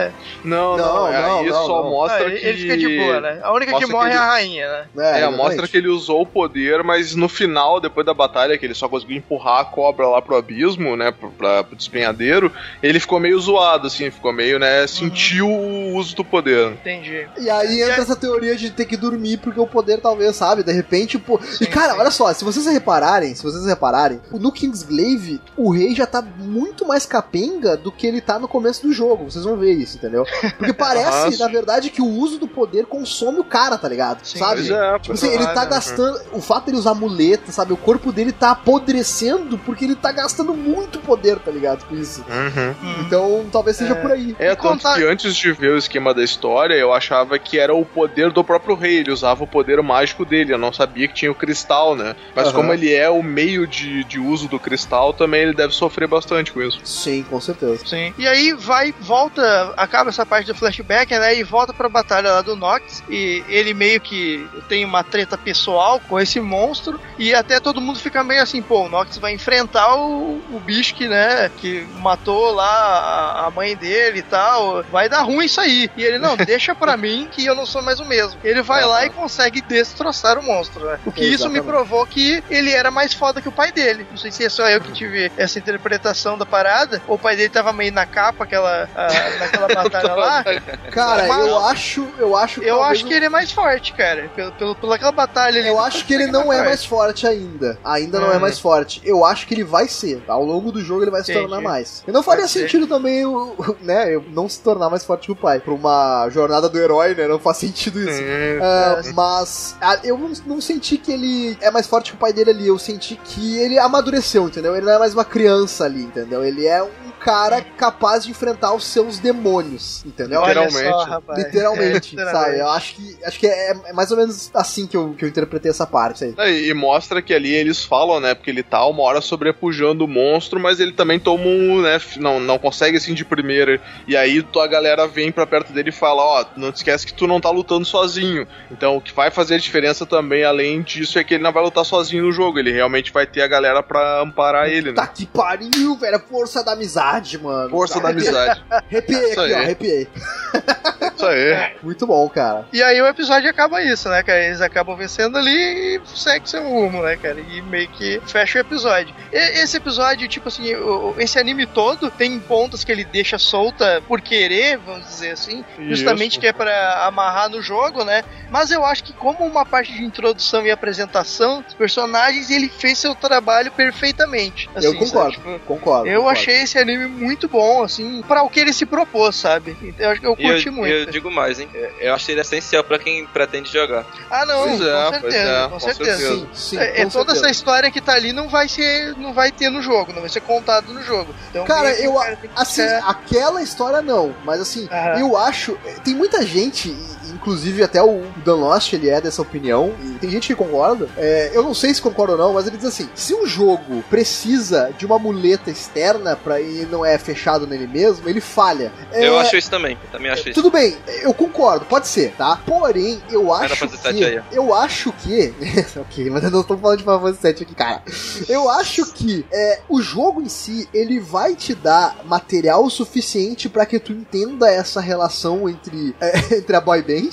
Não, não, Não, é, não, isso não, só não. mostra Ah, ele, que... ele fica de boa, né? A única que Mostra morre que é ele- a rainha, né? É, exatamente. mostra que ele usou o poder, mas no final, depois da batalha, que ele só conseguiu empurrar a cobra lá pro abismo, né, pro, pra, pro despenhadeiro, ele ficou meio zoado, assim, ficou meio, né, sentiu o uso do poder. Entendi. E aí entra E essa teoria de ter que dormir porque o poder talvez, sabe, de repente, pô... Sim, e cara, sim. olha só, se vocês repararem, se vocês repararem, no Kingsglaive, o rei já tá muito mais capenga do que ele tá no começo do jogo, vocês vão ver isso, entendeu? Porque parece, Nossa. na verdade, que o uso do poder consome o cara, tá ligado? Sim, sabe? Pois é, Tipo assim, ele tá Provável. gastando. O fato dele usar muleta, sabe? O corpo dele tá apodrecendo porque ele tá gastando muito poder, tá ligado? Com isso. Uhum. Hum. Então, talvez seja por aí. É, E tanto contar- que antes de ver o esquema da história, eu achava que era o poder do próprio rei, ele usava o poder mágico dele, eu não sabia que tinha o cristal, né? Mas Aham. como ele é o meio de, de uso do cristal, também ele deve sofrer bastante com isso. Sim, com certeza. Sim. E aí vai, volta, acaba essa parte do flashback, né? E volta pra batalha lá do Nox. E ele meio que tem uma treta pessoal com esse monstro. E até todo mundo fica meio assim, pô, o Nox vai enfrentar o, o bicho que, né, que matou lá a, a mãe dele e tal. Vai dar ruim isso aí. E ele, não, deixa pra mim que eu não sou mais o mesmo. Ele vai lá e consegue destroçar o monstro, né? O que isso me Exatamente. provou que ele era mais foda que o pai dele. Não sei se é só eu que tive essa interpretação da parada, ou o pai dele tava meio na capa aquela, a- naquela batalha lá. Cara, Mas- eu acho. Eu acho Eu talvez acho que ele é mais forte, cara. Pelo, pelo, pela aquela batalha ali. Eu acho que ele não é mais forte ainda. Ainda não é Uhum. mais forte. Eu acho que ele vai ser. Ao longo do jogo ele vai se Entendi. tornar mais. E não faria Pode ser. sentido também, o, né, eu não se tornar mais forte que o pai. Pra uma jornada do herói, né? Não faz sentido isso. Hum, Ah, É. mas ah, eu não, não senti que ele é mais forte que o pai dele ali. Eu senti que ele amadureceu, entendeu? Ele não é mais uma criança ali, entendeu? Ele é um cara capaz de enfrentar os seus demônios, entendeu? Olha Literalmente. só, rapaz. Literalmente, É, sabe? Eu acho que, acho que é, é mais ou menos assim que eu, que eu interpretei essa parte aí. É, E, e mostra que ali eles falam, né? Porque ele tá uma hora sobrepujando o monstro, mas ele também toma um, né? f- Não, não consegue assim de primeira. E aí tua galera vem pra perto dele e fala: Ó, não te esquece que tu não tá lutando sozinho. Então o que vai fazer a diferença também, além disso, é que ele não vai lutar sozinho no jogo. Ele realmente vai ter a galera pra amparar ele, Tá né? que pariu, velho. Força da amizade, mano. Força da amizade. Arrepiei Isso aqui, ó. aí. Arrepiei. Isso aí. Muito bom, cara. E aí o episódio acaba isso, né, cara? Eles acabam vencendo ali e segue seu rumo, né, cara? E meio que fecha o episódio. E- esse episódio, tipo assim, o- o- esse anime todo tem pontos que ele deixa solta por querer, vamos dizer assim, justamente Isso. que é pra amarrar no jogo, né? Mas eu acho que como uma parte de introdução e apresentação dos personagens, ele fez seu trabalho perfeitamente. eu assim, concordo. sabe? Tipo, Concordo. eu concordo. achei esse anime muito bom, assim, pra o que ele se propôs, sabe? Eu, eu E curti eu, muito. eu digo mais, hein? Eu achei ele essencial pra quem pretende jogar. Ah, não, Pois com é, pois certeza, é, com com certeza. certeza. Sim, sim. É, é com toda certeza. essa história que tá ali não vai ser, não vai ter no jogo, não vai ser contado no jogo. Então, Cara, meio que eu. o cara tem que Assim, ficar- aquela história não, mas assim, Aham. eu acho. Tem muita gente, e- inclusive até o Dan Lost, ele é dessa opinião, e tem gente que concorda. É, eu não sei se concorda ou não, mas ele diz assim: se um jogo precisa de uma muleta externa pra ele não é fechado nele mesmo, ele falha. É, Eu acho isso também. Eu também acho isso. Tudo bem, eu concordo, pode ser, tá? Porém, eu Era acho pra ser sete que... aí, ó. Eu acho que... ok, mas eu não tô falando de Final Fantasy sete aqui, cara. Eu acho que é, o jogo em si, ele vai te dar material o suficiente pra que tu entenda essa relação entre, é, entre a boy band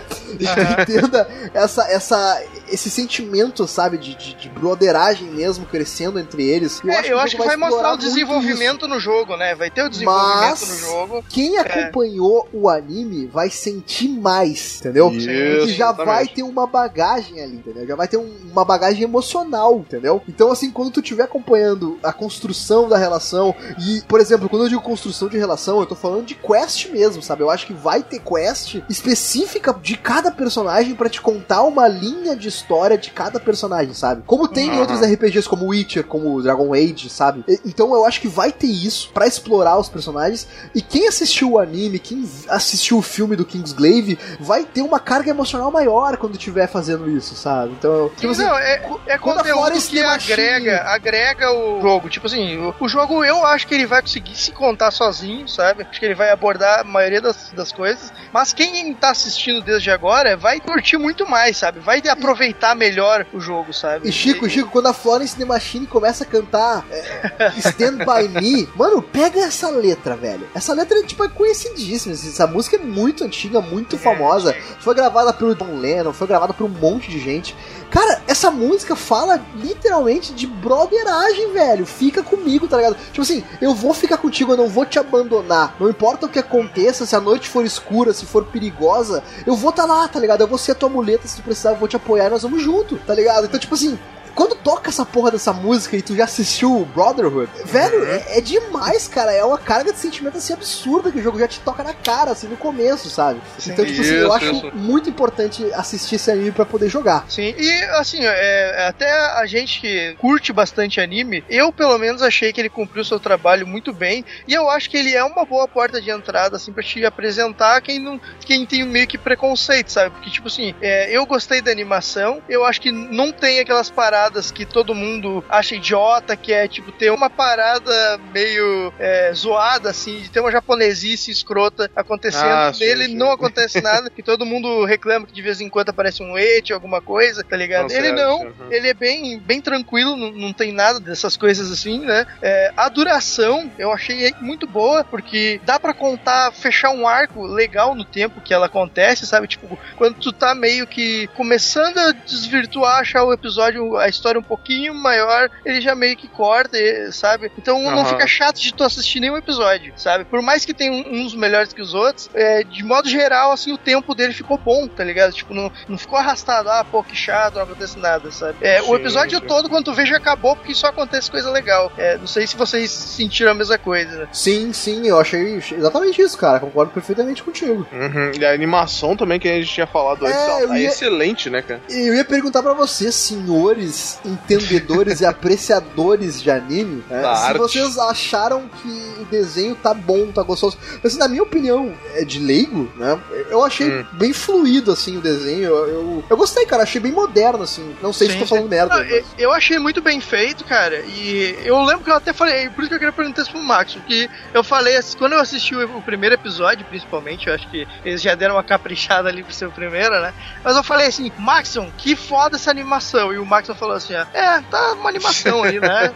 e Aham. entenda essa, essa, esse sentimento, sabe, de, de, de brotheragem mesmo crescendo entre eles. É, eu o acho jogo que vai mostrar explorar o muito desenvolvimento no jogo, né? Vai ter o desenvolvimento Mas- no jogo. Quem acompanhou o anime vai sentir mais, entendeu? Isso, Porque já exatamente. vai ter uma bagagem ali, entendeu? Já vai ter um- uma bagagem emocional, entendeu? Então, assim, quando tu estiver acompanhando a construção da relação, e, por exemplo, quando eu digo construção de relação, eu tô falando de quest mesmo, sabe? Eu acho que vai ter quest específica de cada personagem pra te contar uma linha de história de cada personagem, sabe? Como tem em Uhum. outros R P Gs como Witcher, como Dragon Age, sabe? E- então eu acho que vai ter isso pra explorar os personagens. E quem assistiu o anime, quem assistiu o filme do Kingsglaive, vai ter uma carga emocional maior quando estiver fazendo isso, sabe? Então, tipo assim, não, é, é quando conteúdo a Forest que Machine- agrega, agrega o jogo. Tipo assim, o, o jogo eu acho que ele vai conseguir se contar sozinho, sabe? Acho que ele vai abordar a maioria das, das coisas. Mas quem tá assistindo desde agora vai curtir muito mais, sabe? Vai aproveitar aproveitar melhor o jogo, sabe? E Chico, e... Chico, quando a Florence The Machine começa a cantar é, Stand By Me, mano, pega essa letra, velho. Essa letra, tipo, é conhecidíssima. Essa música é muito antiga, muito é, famosa. É. Foi gravada pelo John Lennon, foi gravada por um monte de gente. Cara, essa música fala literalmente de brotheragem, velho. Fica comigo, tá ligado? Tipo assim, eu vou ficar contigo, eu não vou te abandonar. Não importa o que aconteça, se a noite for escura, se for perigosa, eu vou tá lá, tá ligado? Eu vou ser a tua muleta, se tu precisar, eu vou te apoiar e nós vamos junto, tá ligado? Então, tipo assim, quando toca essa porra dessa música e tu já assistiu Brotherhood, velho, uhum. é, é demais, cara. É uma carga de sentimento assim absurda que o jogo já te toca na cara, assim, no começo, sabe? Sim, então, tipo assim, eu acho isso. muito importante assistir esse anime pra poder jogar. Sim, e assim, é, até a gente que curte bastante anime, eu pelo menos achei que ele cumpriu o seu trabalho muito bem, e eu acho que ele é uma boa porta de entrada, assim, pra te apresentar quem, não, quem tem meio que preconceito, sabe? Porque, tipo assim, é, eu gostei da animação, eu acho que não tem aquelas paradas que todo mundo acha idiota, que é tipo ter uma parada meio é, zoada, assim, de ter uma japonesice escrota acontecendo. Ah, Nele sim, não sim. acontece nada, que todo mundo reclama que de vez em quando aparece um ete, alguma coisa, tá ligado? Não, ele certo, não, uhum. ele é bem, bem tranquilo, não, não tem nada dessas coisas assim, né? É, a duração eu achei muito boa, porque dá pra contar, fechar um arco legal no tempo que ela acontece, sabe? Tipo, quando tu tá meio que começando a desvirtuar, achar o episódio, a história um pouquinho maior, ele já meio que corta, sabe? Então uhum. não fica chato de tu assistir nenhum episódio, sabe? Por mais que tenha uns melhores que os outros, é, de modo geral, assim, o tempo dele ficou bom, tá ligado? Tipo, não, não ficou arrastado, ah, pô, que chato, não acontece nada, sabe? É, sim, o episódio sim. todo, quando tu vê, já acabou, porque só acontece coisa legal. É, não sei se vocês sentiram a mesma coisa, né? Sim, sim, eu achei exatamente isso, cara. Concordo perfeitamente contigo. Uhum. E a animação também, que a gente tinha falado antes, é, tá ia... excelente, né, cara? Eu ia perguntar pra vocês, senhores entendedores e apreciadores de anime, né, se arte. Vocês acharam que o desenho tá bom, tá gostoso. Mas, na minha opinião, é de leigo, né? Eu achei hum. bem fluido, assim, o desenho. Eu, eu, eu gostei, cara. Achei bem moderno, assim. Não sei sim, se tô falando sim. merda. Não, mas... Eu achei muito bem feito, cara. E eu lembro que eu até falei, por isso que eu queria perguntar isso pro Max, porque eu falei, assim, quando eu assisti o, o primeiro episódio, principalmente, eu acho que eles já deram uma caprichada ali pro seu primeiro, né? Mas eu falei assim, Maxon, que foda essa animação. E o Maxon falou assim, ah, é, tá uma animação aí, né?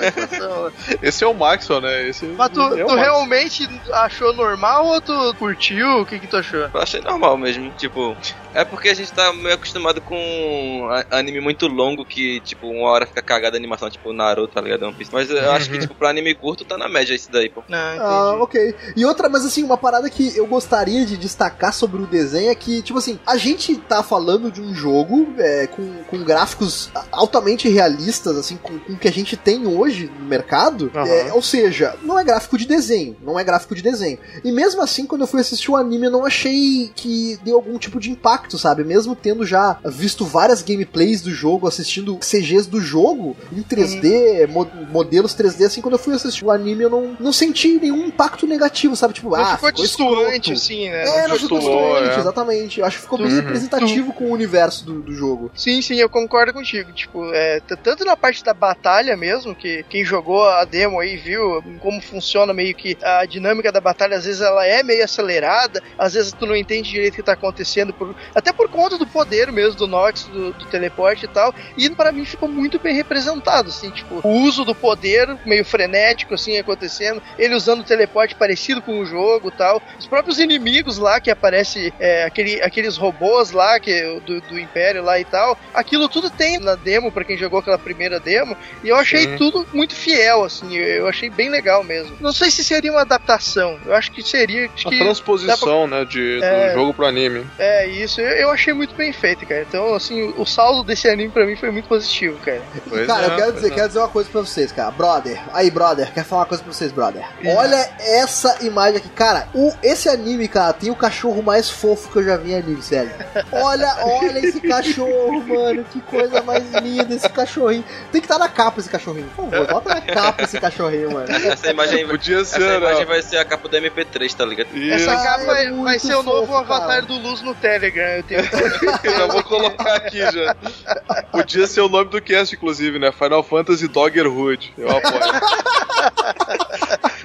Esse é o Maxwell, né? Esse Mas tu, é tu realmente achou normal ou tu curtiu? O que que tu achou? Eu achei normal mesmo, tipo... É porque a gente tá meio acostumado com anime muito longo que, tipo, uma hora fica cagada a animação, tipo Naruto, tá ligado? One Piece. Mas eu acho que, tipo, pra anime curto tá na média isso daí, pô. Ah, ah, ok. E outra, mas assim, uma parada que eu gostaria de destacar sobre o desenho é que, tipo assim, a gente tá falando de um jogo é, com, com gráficos altamente realistas, assim, com, com o que a gente tem hoje no mercado, uhum. é, ou seja, não é gráfico de desenho, não é gráfico de desenho. E mesmo assim, quando eu fui assistir o anime, eu não achei que deu algum tipo de impacto, sabe? Mesmo tendo já visto várias gameplays do jogo, assistindo C Gs do jogo em três D, uhum. mo- modelos três D, assim, quando eu fui assistir o anime, eu não, não senti nenhum impacto negativo, sabe? Tipo, não ah, ficou distoante, assim, né? É, não ficou distoante, é. exatamente. Eu acho que ficou bem uhum. representativo com o universo do, do jogo. Sim, sim, eu concordo contigo. Tipo, é, tanto na parte da batalha mesmo, que quem jogou a demo aí viu como funciona meio que a dinâmica da batalha, às vezes ela é meio acelerada, às vezes tu não entende direito o que tá acontecendo, por, até por conta do poder mesmo do Nox, do, do teleporte e tal, e pra mim ficou muito bem representado, assim, tipo, o uso do poder meio frenético, assim, acontecendo, ele usando o teleporte parecido com o jogo e tal, os próprios inimigos lá, que aparece é, aquele, aqueles robôs lá, que, do, do Império lá e tal, aquilo tudo tem na demo, pra quem jogou aquela primeira demo, e eu achei Sim. tudo muito fiel, assim, eu achei bem legal mesmo. Não sei se seria uma adaptação, eu acho que seria... Acho a que transposição, pra... né, de, é, do jogo pro anime. É, isso, eu, eu achei muito bem feito, cara. Então, assim, o, o saldo desse anime pra mim foi muito positivo, cara. Pois cara, é, eu quero dizer, é. quero dizer uma coisa pra vocês, cara. Brother, aí, brother, quero falar uma coisa pra vocês, brother. É. Olha essa imagem aqui, cara. O, esse anime, cara, tem o cachorro mais fofo que eu já vi em anime, sério. Olha, olha esse cachorro, mano. Que coisa mais linda esse cachorrinho. Tem que estar na capa esse cachorrinho. Por favor, bota na capa esse cachorrinho, mano. Essa imagem, Podia ser, essa imagem vai ser a capa do M P três, tá ligado? Isso. Essa capa vai, vai ser o novo fofo, avatar cara. do Luz no Telegram. Eu tenho... Já vou colocar aqui já. Podia ser o nome do cast, inclusive, né? Final Fantasy Doggerhood. Eu apoio.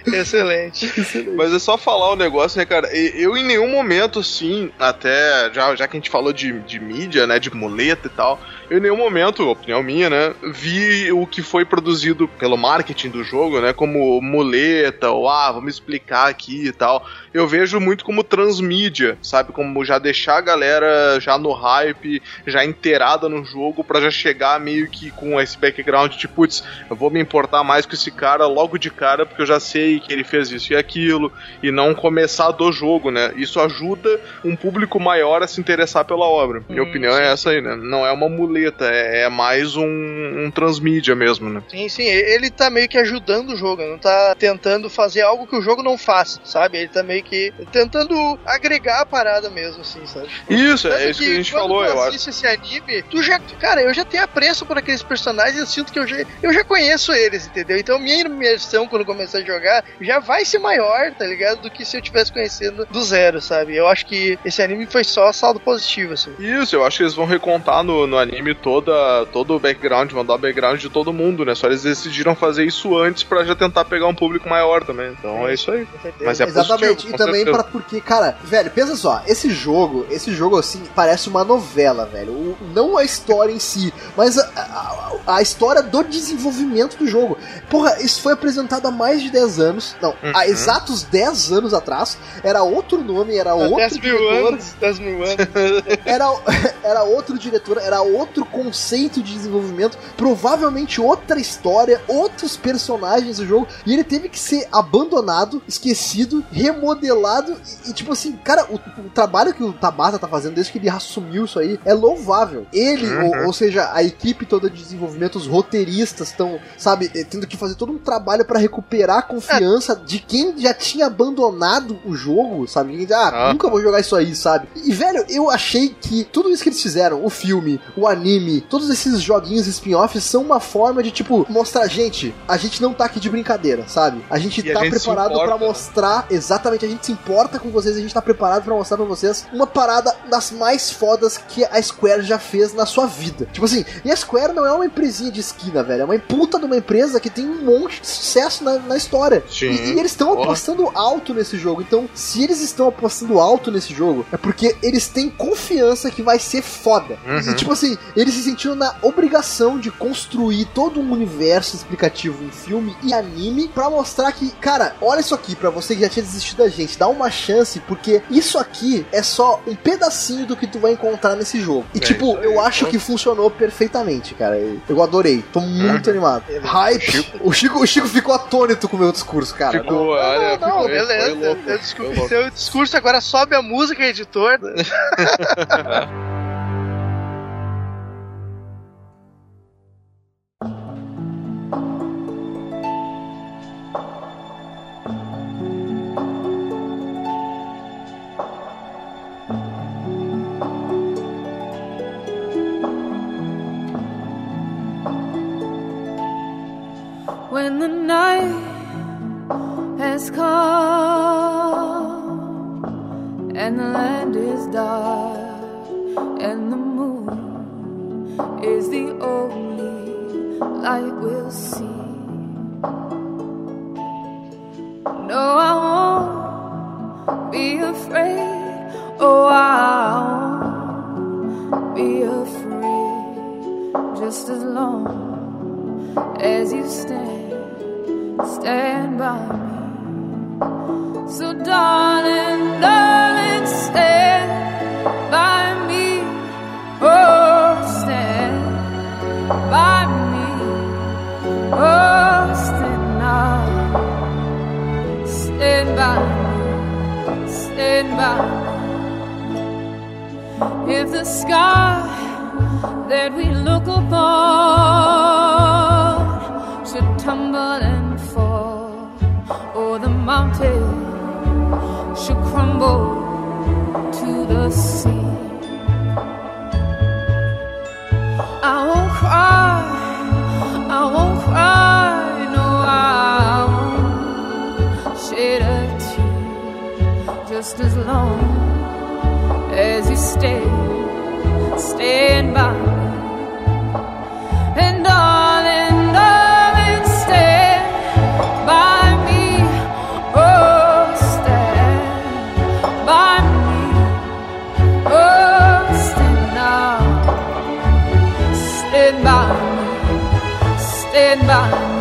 Excelente. Excelente. Mas é só falar o negócio, né, cara? Eu em nenhum momento, assim, até já, já que a gente falou de, de mídia, né, de muleta e tal, eu em nenhum momento, opinião minha, né, vi o que foi produzido pelo marketing do jogo, né, como muleta, ou ah, vamos explicar aqui e tal. Eu vejo muito como transmídia, sabe? Como já deixar a galera já no hype, já inteirada no jogo, pra já chegar meio que com esse background de, putz, eu vou me importar mais com esse cara logo de cara, porque eu já sei que ele fez isso e aquilo, e não começar do jogo, né? Isso ajuda um público maior a se interessar pela obra. Minha hum, opinião sim, é essa aí, né? Não é uma muleta, é, é mais um, um transmídia mesmo, né? Sim, sim, ele tá meio que ajudando o jogo, não tá tentando fazer algo que o jogo não faz, sabe? Ele tá meio que tentando agregar a parada mesmo, assim, sabe? Isso, Tanto é isso que, que a gente falou, eu acho. Esse anime, tu já, cara, eu já tenho apreço por aqueles personagens e eu sinto que eu já, eu já conheço eles, entendeu? Então minha imersão quando começar a jogar já vai ser maior, tá ligado? Do que se eu tivesse conhecendo do zero, sabe? Eu acho que esse anime foi só saldo positivo, assim. Isso, eu acho que eles vão recontar no, no anime toda, todo o background, mandar o background de todo mundo, né? Só eles decidiram fazer isso antes pra já tentar pegar um público maior também. Então é, é isso aí. Mas é Exatamente, positivo, e também certeza. pra porque, cara, velho, pensa só, esse jogo, esse jogo assim, parece uma novela, velho. O, não a história em si, mas a, a, a história do desenvolvimento do jogo. Porra, isso foi apresentado há mais de dez anos. Não, uhum. há exatos dez anos atrás. Era outro nome, era outro dez mil diretor. anos, dez mil anos. Era, era outro diretor, era outro conceito de desenvolvimento, provavelmente outra história, outros personagens do jogo, e ele teve que ser abandonado, esquecido, remodelado, e, e tipo assim, cara, o, o trabalho que o Tabata tá fazendo desde que ele assumiu isso aí é louvável. Ele, uhum. ou, ou seja, a equipe toda de desenvolvimento, os roteiristas estão, sabe, tendo que fazer todo um trabalho pra recuperar a confiança é. de quem já tinha abandonado o jogo, sabe? Quem diz, ah, ah, nunca vou jogar isso aí, sabe? E, velho, eu achei que tudo isso que eles fizeram, o filme, o anime, todos esses joguinhos spin-offs são uma forma de, tipo, mostrar, gente, a gente não tá aqui de brincadeira, sabe? A gente e tá a gente preparado importa, pra mostrar, né? Exatamente, a gente se importa com vocês, a gente tá preparado pra mostrar pra vocês uma parada das mais fodas que a Square já fez na sua vida. Tipo assim, e a Square não é uma empresinha de esquina, velho, é uma puta de uma empresa que tem um monte de sucesso na, na história. E, e eles estão apostando alto nesse jogo, então, se eles estão apostando alto nesse jogo, é porque eles têm confiança que vai ser foda. Uhum. E, tipo assim, eles se sentiram na obrigação de construir todo um universo explicativo em filme e anime pra mostrar que, cara, olha isso aqui, pra você que já tinha desistido da gente, dá uma chance, porque isso aqui é só um pedacinho do que tu vai encontrar nesse jogo. E, é, tipo, eu é, acho é. que funcionou perfeitamente, cara. Eu adorei. Tô muito uhum. animado. É, Hype. Chico. O, Chico, o Chico ficou atônito com o meu discurso, cara. Ficou, não, olha, não, não, ficou, beleza. Louco, eu desculpe, seu discurso agora sobe a música, editor. When the night has come and the land is dark and the moon is the only light we'll see. No, I won't be afraid. Oh, I won't be afraid. Just as long as you stand, stand by me. So darling, darling, stand by me. Oh, stand by me. Oh, stand now. Stand by me. Stand by me. If the sky that we look upon should tumble and fall, or the mountain should crumble to the sea, I won't cry, I won't cry, no, I won't shed a tear. Just as long as you stay, stand by me. And darling, darling, stand by me. stand by me.